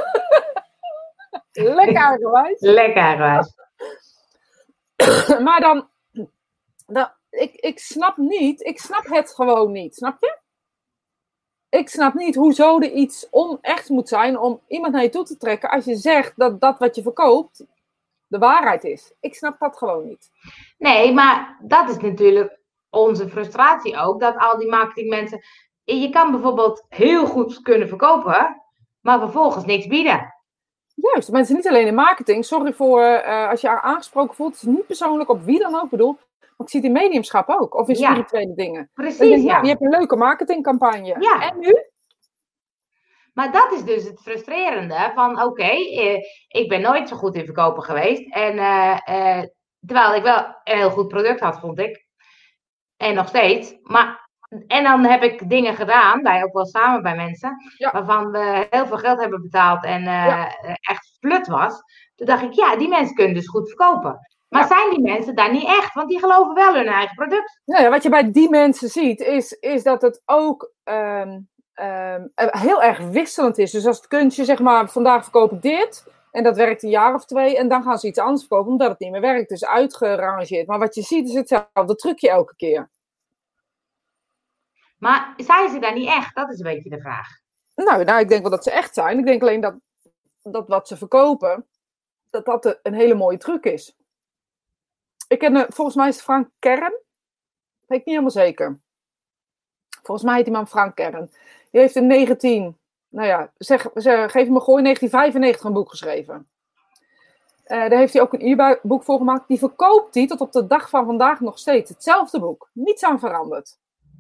Lekker eigenwijs. Lekker eigenwijs. Maar dan ik snap het gewoon niet. Snap je? Ik snap niet hoezo er iets onecht moet zijn om iemand naar je toe te trekken als je zegt dat wat je verkoopt de waarheid is. Ik snap dat gewoon niet. Nee, maar dat is natuurlijk onze frustratie ook, dat al die marketingmensen, je kan bijvoorbeeld heel goed kunnen verkopen, maar vervolgens niks bieden. Juist, mensen niet alleen in marketing. Sorry voor als je aangesproken voelt. Het is niet persoonlijk op wie dan ook bedoel. Maar ik zie het in mediumschap ook. Of in spirituele dingen. Precies, je hebt een leuke marketingcampagne. Ja. En nu? Maar dat is dus het frustrerende van oké, ik ben nooit zo goed in verkopen geweest. En terwijl ik wel een heel goed product had, vond ik. En nog steeds. En dan heb ik dingen gedaan, wij ook wel samen bij mensen, waarvan we heel veel geld hebben betaald en echt flut was. Toen dacht ik, ja, die mensen kunnen dus goed verkopen. Maar zijn die mensen daar niet echt? Want die geloven wel hun eigen product. Nou ja, wat je bij die mensen ziet, is dat het ook heel erg wisselend is. Dus als het kunstje, zeg maar, vandaag verkoop ik dit. En dat werkt een jaar of 2. En dan gaan ze iets anders verkopen, omdat het niet meer werkt. Dus uitgerangeerd. Maar wat je ziet is hetzelfde trucje elke keer. Maar zijn ze daar niet echt? Dat is een beetje de vraag. Nou, ik denk wel dat ze echt zijn. Ik denk alleen dat wat ze verkopen, dat een hele mooie truc is. Ik ken, volgens mij is het Frank Kern. Weet ik niet helemaal zeker. Volgens mij heet die man Frank Kern. Die heeft in 1995 een boek geschreven. Daar heeft hij ook een e-book voor gemaakt. Die verkoopt hij tot op de dag van vandaag nog steeds. Hetzelfde boek. Niets aan veranderd.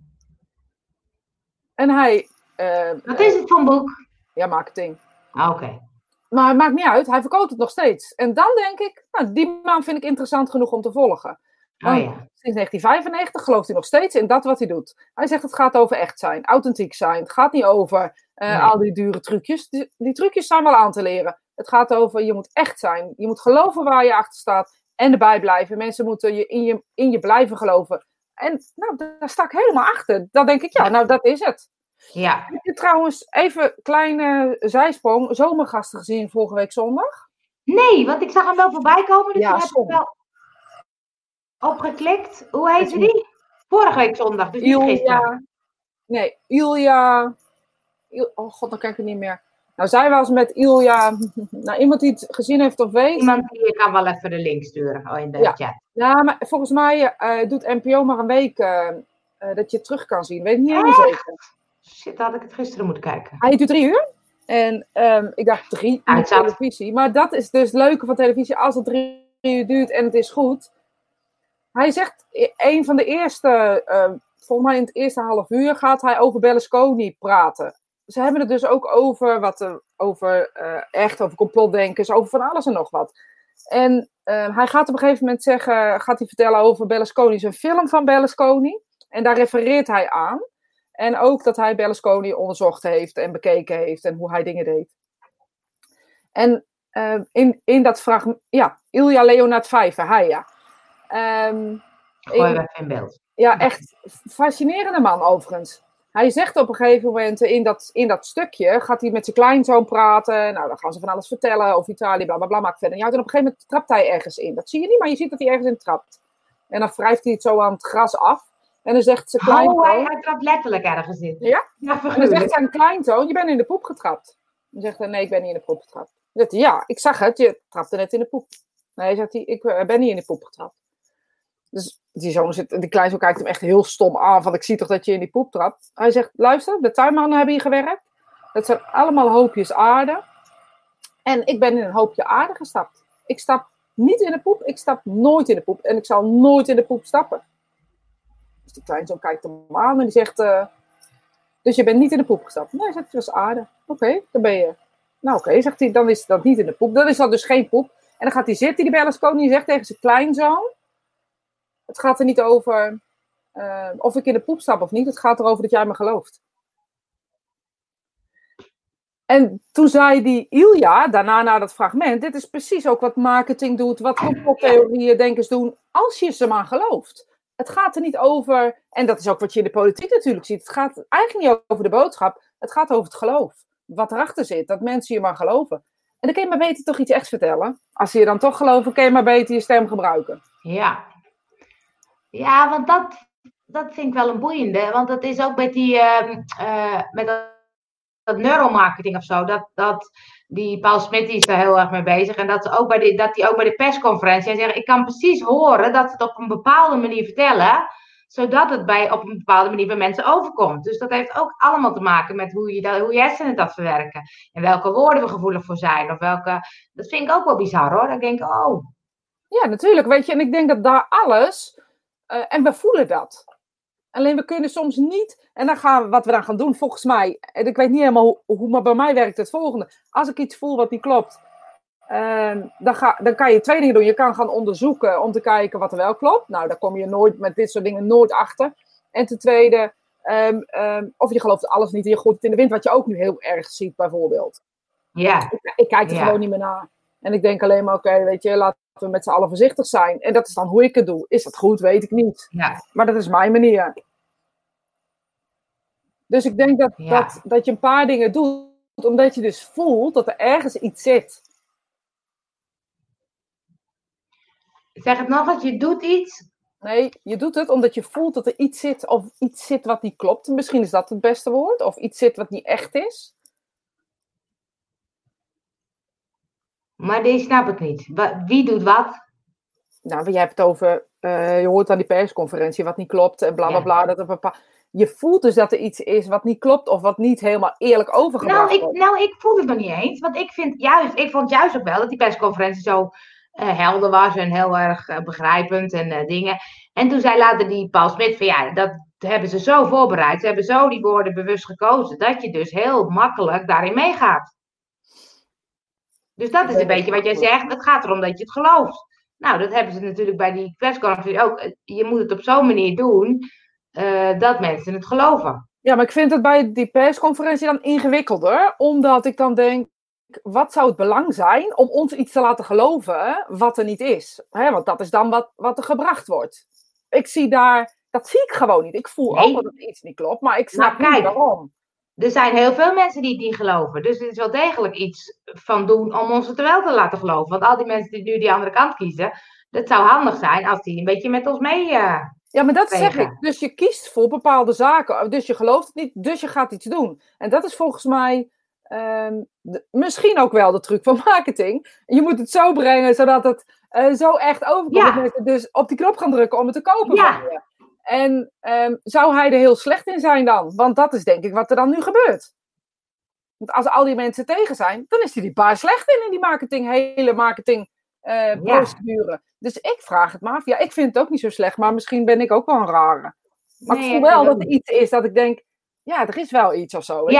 En hij... Wat is het voor een boek? Ja, marketing. Oké. Maar het maakt niet uit. Hij verkoopt het nog steeds. En dan denk ik, nou, die man vind ik interessant genoeg om te volgen. Sinds 1995 gelooft hij nog steeds in dat wat hij doet. Hij zegt het gaat over echt zijn, authentiek zijn. Het gaat niet over al die dure trucjes. Die trucjes zijn wel aan te leren. Het gaat over je moet echt zijn. Je moet geloven waar je achter staat en erbij blijven. Mensen moeten in je blijven geloven. En nou, daar sta ik helemaal achter. Dan denk ik, ja, nou dat is het. Ja. Heb je trouwens, even kleine zijsprong, Zomergasten gezien vorige week zondag? Nee, want ik zag hem wel voorbij komen, dus ja, toen heb ik wel opgeklikt. Hoe heette die? Vorige week zondag, dus niet gisteren. Nee, Ilja. Oh god, dan kijk ik het niet meer. Nou, zij was met Ilja. Nou, iemand die het gezien heeft of weet. Iemand die kan wel even de link sturen in de chat. Ja, maar volgens mij doet NPO maar een week dat je het terug kan zien. Weet ik niet helemaal zeker. Shit, had ik het gisteren moeten kijken. Hij duurt 3 uur? En ik dacht 3 uur Uitzat. televisie. Maar dat is dus het leuke van televisie. Als het 3 uur duurt en het is goed. Hij zegt, een van de eerste, volgens mij in het eerste half uur, gaat hij over Berlusconi praten. Ze hebben het dus ook over echt, over complotdenkers, over van alles en nog wat. En hij gaat op een gegeven moment gaat hij vertellen over Berlusconi, zijn film van Berlusconi. En daar refereert hij aan. En ook dat hij Berlusconi onderzocht heeft en bekeken heeft en hoe hij dingen deed. En in dat fragment, ja, Ilja Leonard Vijver, hij ja. Gooi we even in beeld. Ja, echt fascinerende man overigens. Hij zegt op een gegeven moment in dat stukje, gaat hij met zijn kleinzoon praten. Nou, dan gaan ze van alles vertellen over Italië, bla bla bla, maakt verder niet uit. En op een gegeven moment trapt hij ergens in. Dat zie je niet, maar je ziet dat hij ergens in trapt. En dan wrijft hij het zo aan het gras af. En dan zegt zijn kleinzoon... hij trapt letterlijk ergens in. Ja? En dan zegt zijn kleinzoon, je bent in de poep getrapt. Dan zegt hij, nee, ik ben niet in de poep getrapt. Dan zegt hij, ja, ik zag het, je trapte net in de poep. Nee, zegt hij, ik ben niet in de poep getrapt. Dus die kleinzoon kijkt hem echt heel stom aan, van ik zie toch dat je in die poep trapt. Hij zegt, luister, de tuinmannen hebben hier gewerkt. Dat zijn allemaal hoopjes aarde. En ik ben in een hoopje aarde gestapt. Ik stap niet in de poep, ik stap nooit in de poep. En ik zal nooit in de poep stappen. Dus die kleinzoon kijkt hem aan en die zegt, dus je bent niet in de poep gestapt. Nee, zegt hij, dat is aarde. Oké, dan ben je... Nou oké, zegt hij, dan is dat niet in de poep. Dan is dat dus geen poep. En dan gaat hij zitten, die Berlusconi, zegt tegen zijn kleinzoon, het gaat er niet over of ik in de poep stap of niet. Het gaat erover dat jij me gelooft. En toen zei die Ilja, daarna na dat fragment, dit is precies ook wat marketing doet, wat complottheorieën denkers doen, als je ze maar gelooft. Het gaat er niet over, en dat is ook wat je in de politiek natuurlijk ziet, het gaat eigenlijk niet over de boodschap, het gaat over het geloof. Wat erachter zit, dat mensen je maar geloven. En dan kun je maar beter toch iets echt vertellen. Als ze je dan toch geloven, kun je maar beter je stem gebruiken. Ja. Ja, want dat vind ik wel een boeiende. Want dat is ook met met dat neuromarketing of zo. Dat die Paul Smit is daar heel erg mee bezig. En dat hij ook bij de persconferentie zegt, ik kan precies horen dat ze het op een bepaalde manier vertellen, zodat het op een bepaalde manier bij mensen overkomt. Dus dat heeft ook allemaal te maken met hoe je hersenen dat verwerken. En welke woorden we gevoelig voor zijn. Dat vind ik ook wel bizar hoor. Dan denk ik, oh. Ja, natuurlijk. Weet je, en ik denk dat daar alles... en we voelen dat. Alleen we kunnen soms niet... En wat we dan gaan doen, volgens mij... En ik weet niet helemaal hoe, maar bij mij werkt het volgende. Als ik iets voel wat niet klopt... dan kan je 2 dingen doen. Je kan gaan onderzoeken om te kijken wat er wel klopt. Nou, daar kom je met dit soort dingen nooit achter. En ten tweede... of je gelooft alles niet en je gooit het in de wind. Wat je ook nu heel erg ziet, bijvoorbeeld. Ja. Ik kijk er gewoon niet meer naar. En ik denk alleen maar, oké, weet je, laten we met z'n allen voorzichtig zijn. En dat is dan hoe ik het doe. Is dat goed? Weet ik niet. Ja. Maar dat is mijn manier. Dus ik denk dat je een paar dingen doet, omdat je dus voelt dat er ergens iets zit. Zeg het nog eens, je doet iets. Nee, je doet het omdat je voelt dat er iets zit, of iets zit wat niet klopt. Misschien is dat het beste woord. Of iets zit wat niet echt is. Maar die snap ik niet. Wie doet wat? Nou, jij hebt het over, je hoort aan die persconferentie wat niet klopt en bla bla bla. Je voelt dus dat er iets is wat niet klopt of wat niet helemaal eerlijk overgebracht wordt. Nou, ik voel het nog niet eens. Want ik vond juist ook wel dat die persconferentie zo helder was en heel erg begrijpend en dingen. En toen zei later die Paul Smit van ja, dat hebben ze zo voorbereid. Ze hebben zo die woorden bewust gekozen dat je dus heel makkelijk daarin meegaat. Dus dat is een beetje wat jij zegt. Het gaat erom dat je het gelooft. Nou, dat hebben ze natuurlijk bij die persconferentie ook. Je moet het op zo'n manier doen dat mensen het geloven. Ja, maar ik vind het bij die persconferentie dan ingewikkelder. Omdat ik dan denk, wat zou het belang zijn om ons iets te laten geloven wat er niet is? Want dat is dan wat er gebracht wordt. Dat zie ik gewoon niet. Ik voel ook dat iets niet klopt, maar ik snap niet waarom. Er zijn heel veel mensen die het niet geloven. Dus er is wel degelijk iets van doen om ons het wel te laten geloven. Want al die mensen die nu die andere kant kiezen, dat zou handig zijn als die een beetje met ons mee ja, maar dat zeg ik. Dus je kiest voor bepaalde zaken. Dus je gelooft het niet, dus je gaat iets doen. En dat is volgens mij misschien ook wel de truc van marketing. Je moet het zo brengen, zodat het zo echt overkomt. Dat mensen dus op die knop gaan drukken om het te kopen van je. En zou hij er heel slecht in zijn dan? Want dat is denk ik wat er dan nu gebeurt. Want als al die mensen tegen zijn, dan is die baas slecht in die hele marketing procedure. Dus ik vraag het me af. Ja, ik vind het ook niet zo slecht, maar misschien ben ik ook wel een rare. Maar ik voel wel dat er iets is dat ik denk, ja, er is wel iets of zo.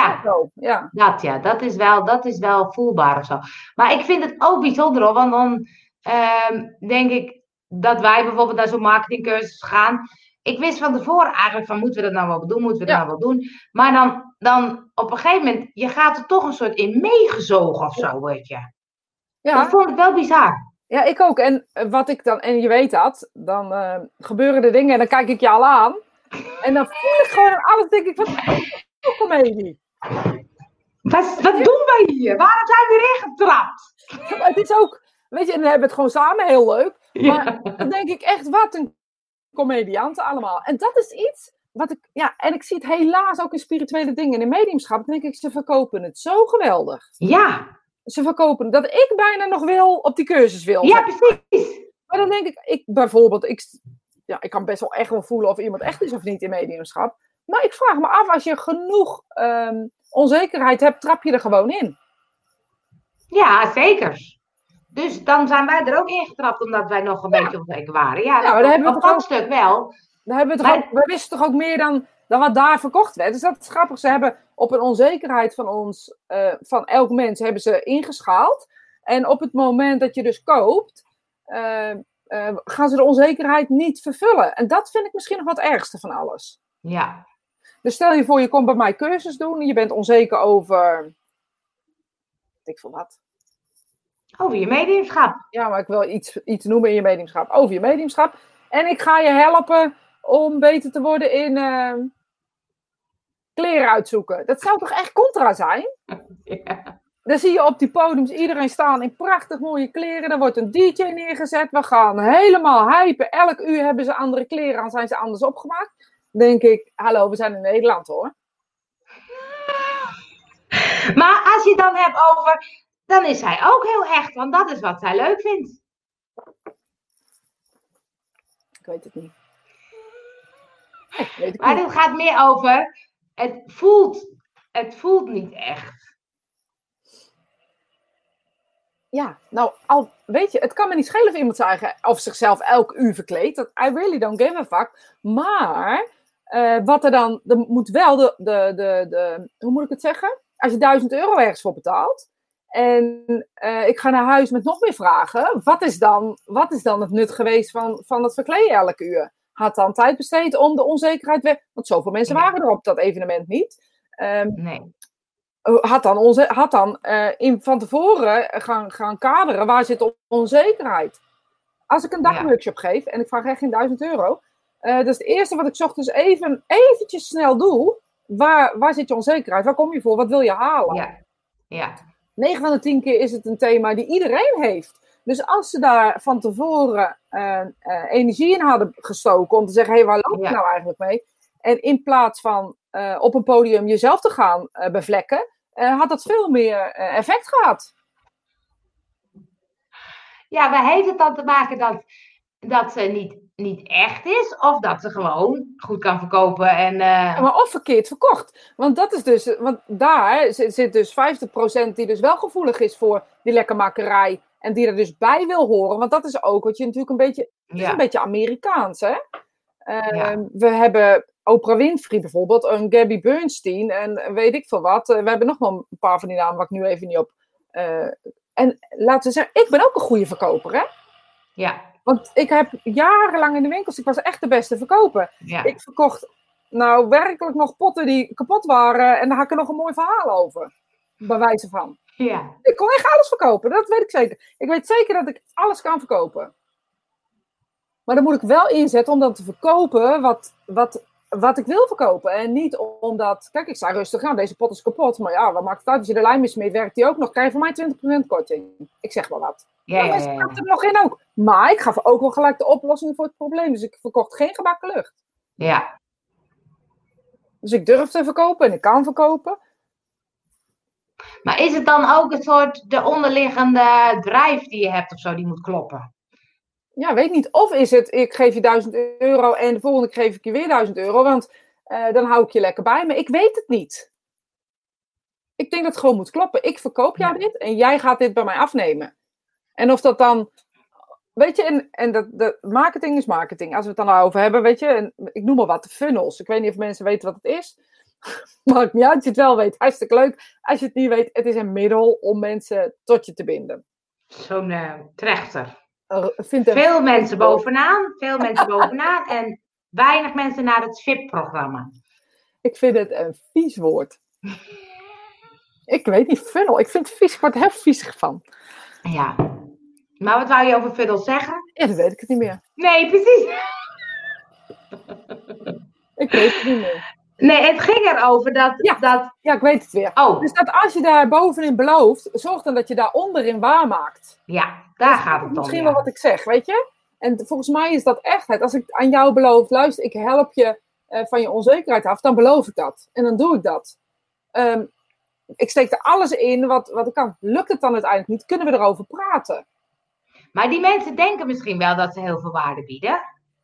Dat is wel voelbaar of zo. Maar ik vind het ook bijzonder hoor, want dan denk ik dat wij bijvoorbeeld naar zo'n marketingcursus gaan. Ik wist van tevoren eigenlijk van, moeten we dat nou wel doen, moeten we dat nou wel doen. Maar dan op een gegeven moment, je gaat er toch een soort in meegezogen of zo, weet je. Ja. Dat vond ik wel bizar. Ja, ik ook. En wat ik dan, en je weet dat, dan gebeuren er dingen en dan kijk ik je al aan. En dan voel ik gewoon alles, denk ik, wat is een comedie? Wat doen wij hier? Waarom zijn we erin getrapt? Ja, het is ook, weet je, en dan hebben we het gewoon samen heel leuk. Maar dan denk ik echt, wat een comedianten allemaal. En dat is iets wat ik, en ik zie het helaas ook in spirituele dingen en in mediumschap. Dan denk ik, ze verkopen het zo geweldig. Ja. Ze verkopen dat ik bijna nog wil op die cursus wil. Ja, precies. Maar dan denk ik bijvoorbeeld, ik kan best wel echt wel voelen of iemand echt is of niet in mediumschap. Maar ik vraag me af, als je genoeg onzekerheid hebt, trap je er gewoon in. Ja, zeker. Dus dan zijn wij er ook ingetrapt, omdat wij nog een beetje onzeker waren. Ja, maar dan hebben we dat stuk wel. We wisten toch ook meer dan wat daar verkocht werd. Dus dat is grappig. Ze hebben op een onzekerheid van ons, van elk mens, hebben ze ingeschaald. En op het moment dat je dus koopt, gaan ze de onzekerheid niet vervullen. En dat vind ik misschien nog wat ergste van alles. Ja. Dus stel je voor, je komt bij mij cursus doen. Je bent onzeker over, weet ik veel wat. Over je mediumschap. Ja, maar ik wil iets noemen in je mediumschap. Over je mediumschap. En ik ga je helpen om beter te worden in kleren uitzoeken. Dat zou toch echt contra zijn? Ja. Dan zie je op die podiums iedereen staan in prachtig mooie kleren. Er wordt een DJ neergezet. We gaan helemaal hypen. Elk uur hebben ze andere kleren aan, zijn ze anders opgemaakt. Dan denk ik, hallo, we zijn in Nederland hoor. Maar als je het dan hebt over, dan is zij ook heel echt. Want dat is wat zij leuk vindt. Ik weet het niet. Maar dit gaat meer over, het voelt niet echt. Ja, nou, weet je, het kan me niet schelen of iemand of zichzelf elk uur verkleedt. I really don't give a fuck. Maar, wat er moet wel hoe moet ik het zeggen? Als je €1000 ergens voor betaalt, en ik ga naar huis met nog meer vragen, wat is dan het nut geweest van het verkleden elk uur? Had dan tijd besteed om de onzekerheid weg, want zoveel mensen waren er op dat evenement niet. Nee. Had dan van tevoren gaan kaderen, waar zit de onzekerheid? Als ik een dagworkshop geef, en ik vraag echt geen €1000, dat is het eerste wat ik 's ochtends eventjes snel doe. Waar zit je onzekerheid? Waar kom je voor? Wat wil je halen? Ja. 9 van de 10 keer is het een thema die iedereen heeft. Dus als ze daar van tevoren energie in hadden gestoken om te zeggen, hé, waar loop je nou eigenlijk mee? En in plaats van op een podium jezelf te gaan bevlekken, had dat veel meer effect gehad. Ja, maar heeft het dan te maken dat ze niet echt is, of dat ze gewoon goed kan verkopen en... Maar of verkeerd verkocht. Want dat is dus, want daar zit dus 50% die dus wel gevoelig is voor die lekkermakerij en die er dus bij wil horen. Want dat is ook wat je natuurlijk een beetje Amerikaans, hè? We hebben Oprah Winfrey bijvoorbeeld, een Gabby Bernstein en weet ik veel wat. We hebben nog wel een paar van die namen waar ik nu even niet op... en laten we zeggen, ik ben ook een goede verkoper, hè? Ja. Want ik heb jarenlang in de winkels, ik was echt de beste verkoper. Ja. Ik verkocht nou werkelijk nog potten die kapot waren en daar had ik er nog een mooi verhaal over. Bij wijze van. Ja. Ik kon echt alles verkopen, dat weet ik zeker. Ik weet zeker dat ik alles kan verkopen. Maar dan moet ik wel inzetten om dan te verkopen wat ik wil verkopen. En niet omdat, kijk, ik zei rustig aan, deze pot is kapot. Maar ja, wat maakt het uit? Als je de lijm mismeet, werkt die ook nog. Krijg je van mij 20% korting. Ik zeg wel wat. Ja. Er nog in ook. Maar ik gaf ook wel gelijk de oplossing voor het probleem. Dus ik verkocht geen gebakken lucht. Ja. Dus ik durf te verkopen en ik kan verkopen. Maar is het dan ook een soort de onderliggende drive die je hebt of zo, die moet kloppen? Ja, weet niet. Of is het, ik geef je €1000 en de volgende keer geef ik je weer €1000. Want dan hou ik je lekker bij me. Ik weet het niet. Ik denk dat het gewoon moet kloppen. Ik verkoop jou dit en jij gaat dit bij mij afnemen. En of dat dan... Weet je, en dat marketing is marketing. Als we het dan over hebben, weet je... En ik noem maar wat, de funnels. Ik weet niet of mensen weten wat het is. Maakt niet uit, als je het wel weet. Hartstikke leuk. Als je het niet weet, het is een middel om mensen tot je te binden. Zo'n trechter. Veel mensen bovenaan en weinig mensen naar het VIP-programma. Ik vind het een vies woord. Ik weet niet, funnel. Ik vind het vies. Ik word er heel viezig van. Ja. Maar wat wou je over funnels zeggen? Ja, dat weet ik het niet meer. Nee, precies. Ik weet het niet meer. Nee, het ging erover dat... Ja, ik weet het weer. Oh. Dus dat als je daar bovenin belooft, zorg dan dat je daar onderin waarmaakt. Ja, daar gaat het om. Misschien wel wat ik zeg, weet je? En volgens mij is dat echtheid. Als ik aan jou beloof, luister, ik help je van je onzekerheid af, dan beloof ik dat. En dan doe ik dat. Ik steek er alles in wat ik kan. Lukt het dan uiteindelijk niet? Kunnen we erover praten? Maar die mensen denken misschien wel dat ze heel veel waarde bieden.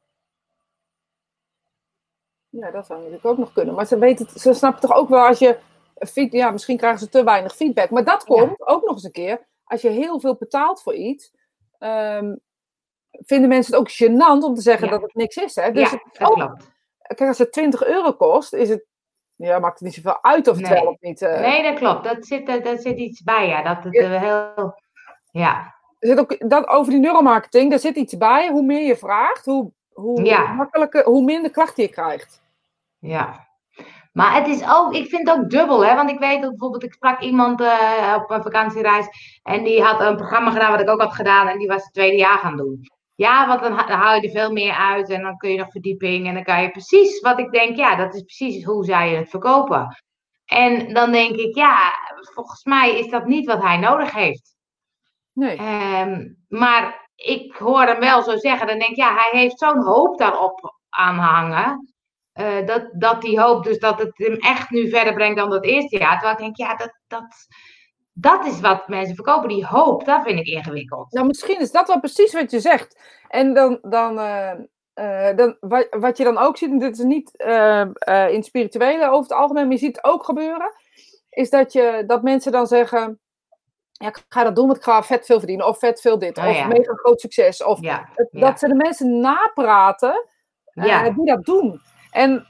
Ja, dat zou natuurlijk ook nog kunnen. Maar ze snappen toch ook wel als je... Ja, misschien krijgen ze te weinig feedback. Maar dat komt ook nog eens een keer. Als je heel veel betaalt voor iets... vinden mensen het ook gênant om te zeggen dat het niks is. Hè? Dus dat klopt. Kijk, als het 20 euro kost, is het... Ja, maakt het niet zoveel uit of het wel of niet... Nee, dat klopt. Dat zit iets bij, ja. Dat het heel... Ja. Er zit ook, dat, over die neuromarketing, daar zit iets bij. Hoe meer je vraagt, hoe makkelijker, hoe minder klachten je krijgt. Ja. Maar het is ook, ik vind het ook dubbel, hè. Want ik weet dat bijvoorbeeld, ik sprak iemand op een vakantiereis. En die had een programma gedaan wat ik ook had gedaan. En die was het tweede jaar gaan doen. Ja, want dan haal je er veel meer uit. En dan kun je nog verdieping. En dan kan je precies wat ik denk. Ja, dat is precies hoe zij het verkopen. En dan denk ik, ja, volgens mij is dat niet wat hij nodig heeft. Nee. Maar ik hoor hem wel zo zeggen. Dan denk ik, ja, hij heeft zo'n hoop daarop aan hangen. Dat die hoop dus dat het hem echt nu verder brengt dan dat eerste jaar. Terwijl ik denk, ja, dat is wat mensen verkopen. Die hoop, dat vind ik ingewikkeld. Nou, misschien is dat wel precies wat je zegt. En dan wat je dan ook ziet, en dit is niet in spirituele over het algemeen, maar je ziet het ook gebeuren, is dat mensen dan zeggen, ja, ik ga dat doen, want ik ga vet veel verdienen, of vet veel dit, of mega groot succes. Of dat ze de mensen napraten die dat doen. En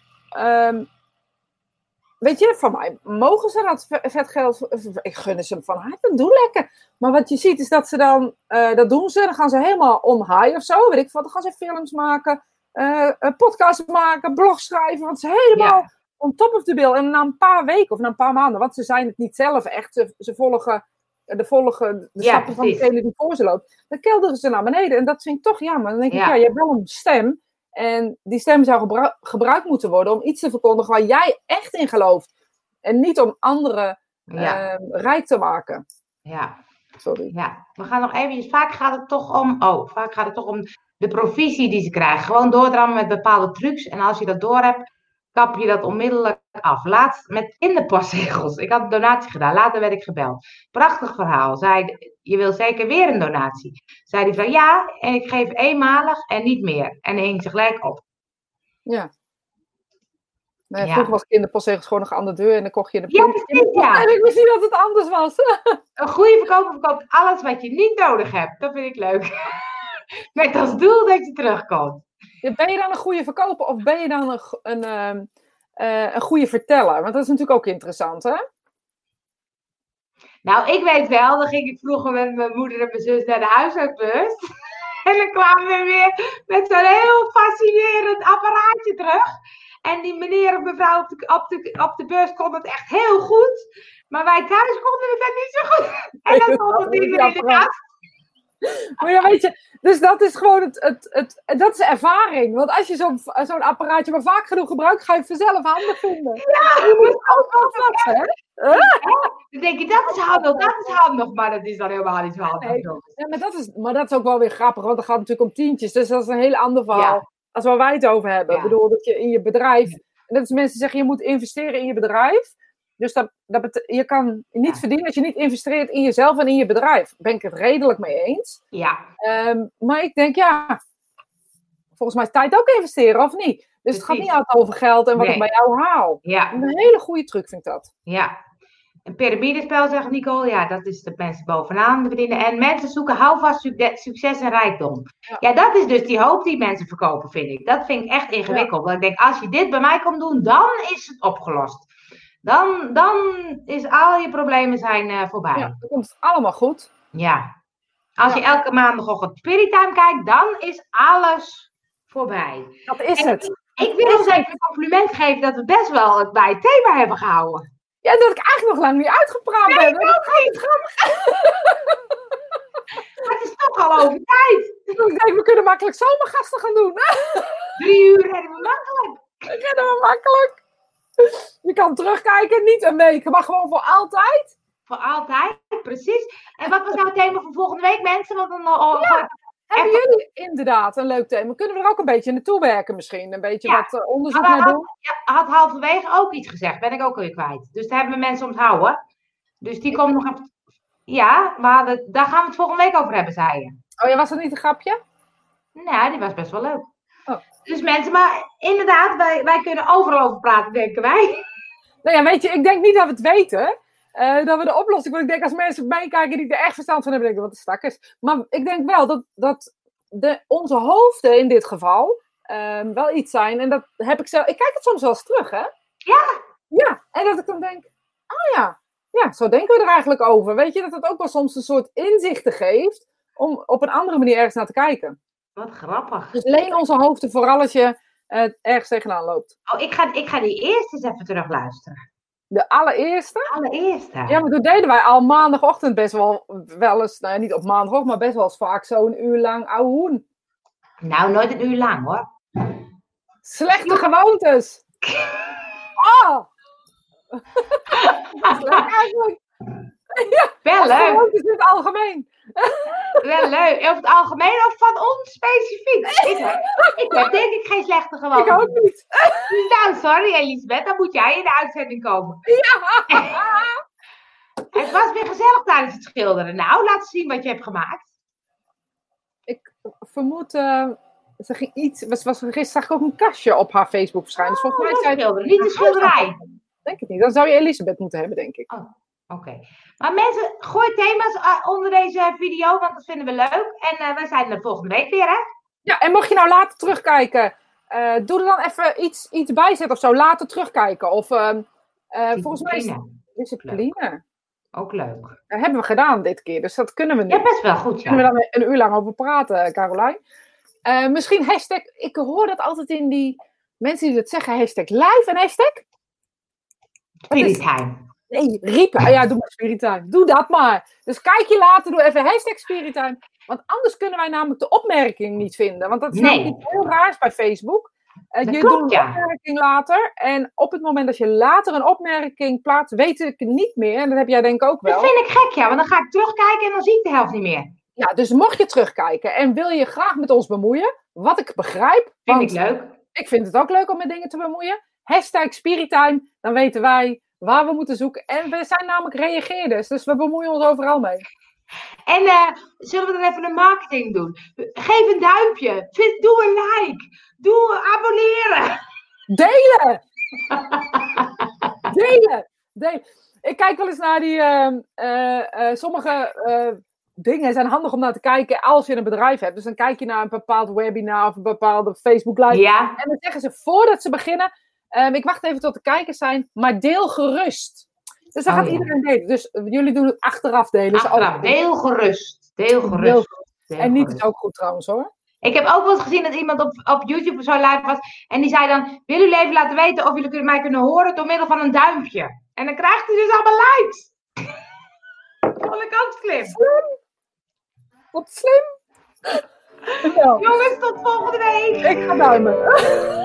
weet je, van mij mogen ze dat vet geld, ik gun ze van harte, doe lekker. Maar wat je ziet is dat ze dan, dat doen ze, dan gaan ze helemaal on high of zo, weet ik wat, dan gaan ze films maken, podcasts maken, blogs schrijven, want ze helemaal on top of the bill. En na een paar weken of na een paar maanden, want ze zijn het niet zelf echt, ze volgen de stappen van degene die voor ze loopt, dan kelderen ze naar beneden. En dat vind ik toch jammer. Dan denk ik, je hebt wel een stem. En die stem zou gebruikt moeten worden om iets te verkondigen waar jij echt in gelooft. En niet om anderen rijk te maken. Ja. Sorry. Ja, we gaan nog even. Vaak gaat het toch om de provisie die ze krijgen. Gewoon doordrammen met bepaalde trucs. En als je dat door hebt, kap je dat onmiddellijk af. Laatst met kinderpostzegels. Ik had een donatie gedaan. Later werd ik gebeld. Prachtig verhaal. Zei, je wil zeker weer een donatie. Zei die van ja, en ik geef eenmalig en niet meer. En dan hing ze gelijk op. Ja. Nee, vroeger was kinderpostzegels gewoon nog aan de deur en dan kocht je een En ik wist niet dat het anders was. Een goede verkoper verkoopt alles wat je niet nodig hebt. Dat vind ik leuk. Met als doel dat je terugkomt. Ben je dan een goede verkoper of ben je dan een goede verteller? Want dat is natuurlijk ook interessant, hè? Nou, ik weet wel, dan ging ik vroeger met mijn moeder en mijn zus naar de huishoudbeurs. En dan kwamen we weer met zo'n heel fascinerend apparaatje terug. En die meneer of mevrouw op de beurs kon het echt heel goed. Maar wij thuis konden het niet zo goed. En dan stond het niet meer in de kast. Maar ja, weet je, dus dat is gewoon dat is ervaring. Want als je zo'n apparaatje maar vaak genoeg gebruikt, ga je vanzelf handig vinden. Ja, je moet ook wel wat, hè? Dan denk je, dat is handig, maar dat is dan helemaal niet zo handig. Nee. Ja, maar dat is ook wel weer grappig, want het gaat natuurlijk om tientjes. Dus dat is een heel ander verhaal als waar wij het over hebben. Ik bedoel, dat je in je bedrijf, en dat is mensen zeggen, je moet investeren in je bedrijf. Dus je kan niet verdienen als je niet investeert in jezelf en in je bedrijf. Daar ben ik het redelijk mee eens. Ja. Maar ik denk, volgens mij is tijd ook investeren, of niet? Dus het gaat niet altijd over geld en wat ik bij jou haal. Ja. Een hele goede truc vind ik dat. Ja. Een piramidespel, zegt Nicole. Ja, dat is de mensen bovenaan verdienen. En mensen zoeken houvast succes en rijkdom. Ja, dat is dus die hoop die mensen verkopen, vind ik. Dat vind ik echt ingewikkeld. Want ik denk, als je dit bij mij komt doen, dan is het opgelost. Dan is al je problemen zijn voorbij. Ja, dan komt het allemaal goed. Ja. Als je elke maandagochtend Spiritime kijkt, dan is alles voorbij. Dat is het. Ik wil ons even een compliment geven dat we best wel het bij het thema hebben gehouden. Ja, dat ik eigenlijk nog lang niet uitgepraat heb. Ik ook niet. Maar het is toch al over tijd. Ik denk, we kunnen makkelijk zomergasten gaan doen. 3 uur redden we makkelijk. Redden we makkelijk. Je kan terugkijken, niet een week, maar gewoon voor altijd. Voor altijd, precies. En wat was nou het thema voor volgende week, mensen? Want dan, hebben jullie inderdaad een leuk thema? Kunnen we er ook een beetje naartoe werken misschien? Een beetje wat onderzoek naar doen? Had halverwege ook iets gezegd, ben ik ook weer kwijt. Dus daar hebben we mensen onthouden. Dus die komt nog even... Ja, daar gaan we het volgende week over hebben, zei je. Oh ja, was dat niet een grapje? Nou, die was best wel leuk. Oh. Dus mensen, maar inderdaad, wij kunnen overal over praten, denken wij. Nou ja, weet je, ik denk niet dat we het weten. Dat we de oplossing... Want ik denk, als mensen meekijken die er echt verstand van hebben, denken wat de stak is. Maar ik denk wel dat onze hoofden in dit geval wel iets zijn. En dat heb ik zelf... Ik kijk het soms wel eens terug, hè? Ja. Ja, en dat ik dan denk, oh ja. Ja, zo denken we er eigenlijk over. Weet je, dat het ook wel soms een soort inzichten geeft om op een andere manier ergens naar te kijken. Wat grappig. Dus leen onze hoofden vooral als je ergens tegenaan loopt. Oh, ik ga die eerst eens even terugluisteren. De allereerste? Allereerste. Ja, maar toen deden wij al maandagochtend best wel eens, nou ja, niet op maandagochtend, maar best wel eens vaak zo'n uur lang ouwe hoen. Nou, nooit een uur lang hoor. Slechte gewoontes. Oh! Eigenlijk. Ja, wel leuk. Gewoontes in het algemeen. Wel leuk. Of het algemeen of van ons specifiek. Ik heb denk ik geen slechte gewoontes. Ik ook niet. Nou, sorry Elisabeth, dan moet jij in de uitzending komen. Ja. Het was weer gezellig tijdens het schilderen. Nou, laat zien wat je hebt gemaakt. Ik vermoed, ze ging iets, gisteren zag ik ook een kastje op haar Facebook verschijnen. Dus volgens mij zei schilderen, niet de schilderij. Denk het niet, dan zou je Elisabeth moeten hebben, denk ik. Oh, oké. Maar mensen, gooi thema's onder deze video, want dat vinden we leuk. En wij zijn er volgende week weer, hè? Ja, en mocht je nou later terugkijken, doe er dan even iets bij zetten of zo. Later terugkijken. Of volgens mij is discipline. Ook leuk. Dat hebben we gedaan dit keer, dus dat kunnen we nu. Ja, best wel goed, ja. Kunnen we dan een uur lang over praten, Carolijn. Misschien hashtag, ik hoor dat altijd in die mensen die dat zeggen, hashtag live en hashtag. Spiritime. Nee, riepen. Ja, doe maar Spiritime. Doe dat maar. Dus kijk je later, doe even hashtag Spiritime. Want anders kunnen wij namelijk de opmerking niet vinden. Want dat is namelijk iets heel raars bij Facebook. Je doet een opmerking later. En op het moment dat je later een opmerking plaatst, weet ik het niet meer. En dat heb jij denk ik ook wel. Dat vind ik gek, ja. Want dan ga ik terugkijken en dan zie ik de helft niet meer. Ja, dus mocht je terugkijken en wil je graag met ons bemoeien, wat ik begrijp. Vind ik leuk. Ik vind het ook leuk om met dingen te bemoeien. Hashtag Spiritime, dan weten wij waar we moeten zoeken. En we zijn namelijk reageerders, dus we bemoeien ons overal mee. En zullen we dan even een marketing doen? Geef een duimpje. Doe een like. Doe abonneren. Delen. Delen. Ik kijk wel eens naar die sommige dingen zijn handig om naar te kijken als je een bedrijf hebt. Dus dan kijk je naar een bepaald webinar of een bepaalde Facebook live. Ja. En dan zeggen ze voordat ze beginnen, ik wacht even tot de kijkers zijn, maar deel gerust. Dus dan gaat iedereen delen. Dus jullie doen het achteraf delen. Achteraf, deel gerust. Deel gerust. En niet is ook goed trouwens hoor. Ik heb ook wel eens gezien dat iemand op YouTube zo live was. En die zei dan, wil jullie even laten weten of jullie mij kunnen horen door middel van een duimpje. En dan krijgt hij dus allemaal likes. Vond ik ook slim. Wat slim. Jongens, tot volgende week. Ik ga duimen.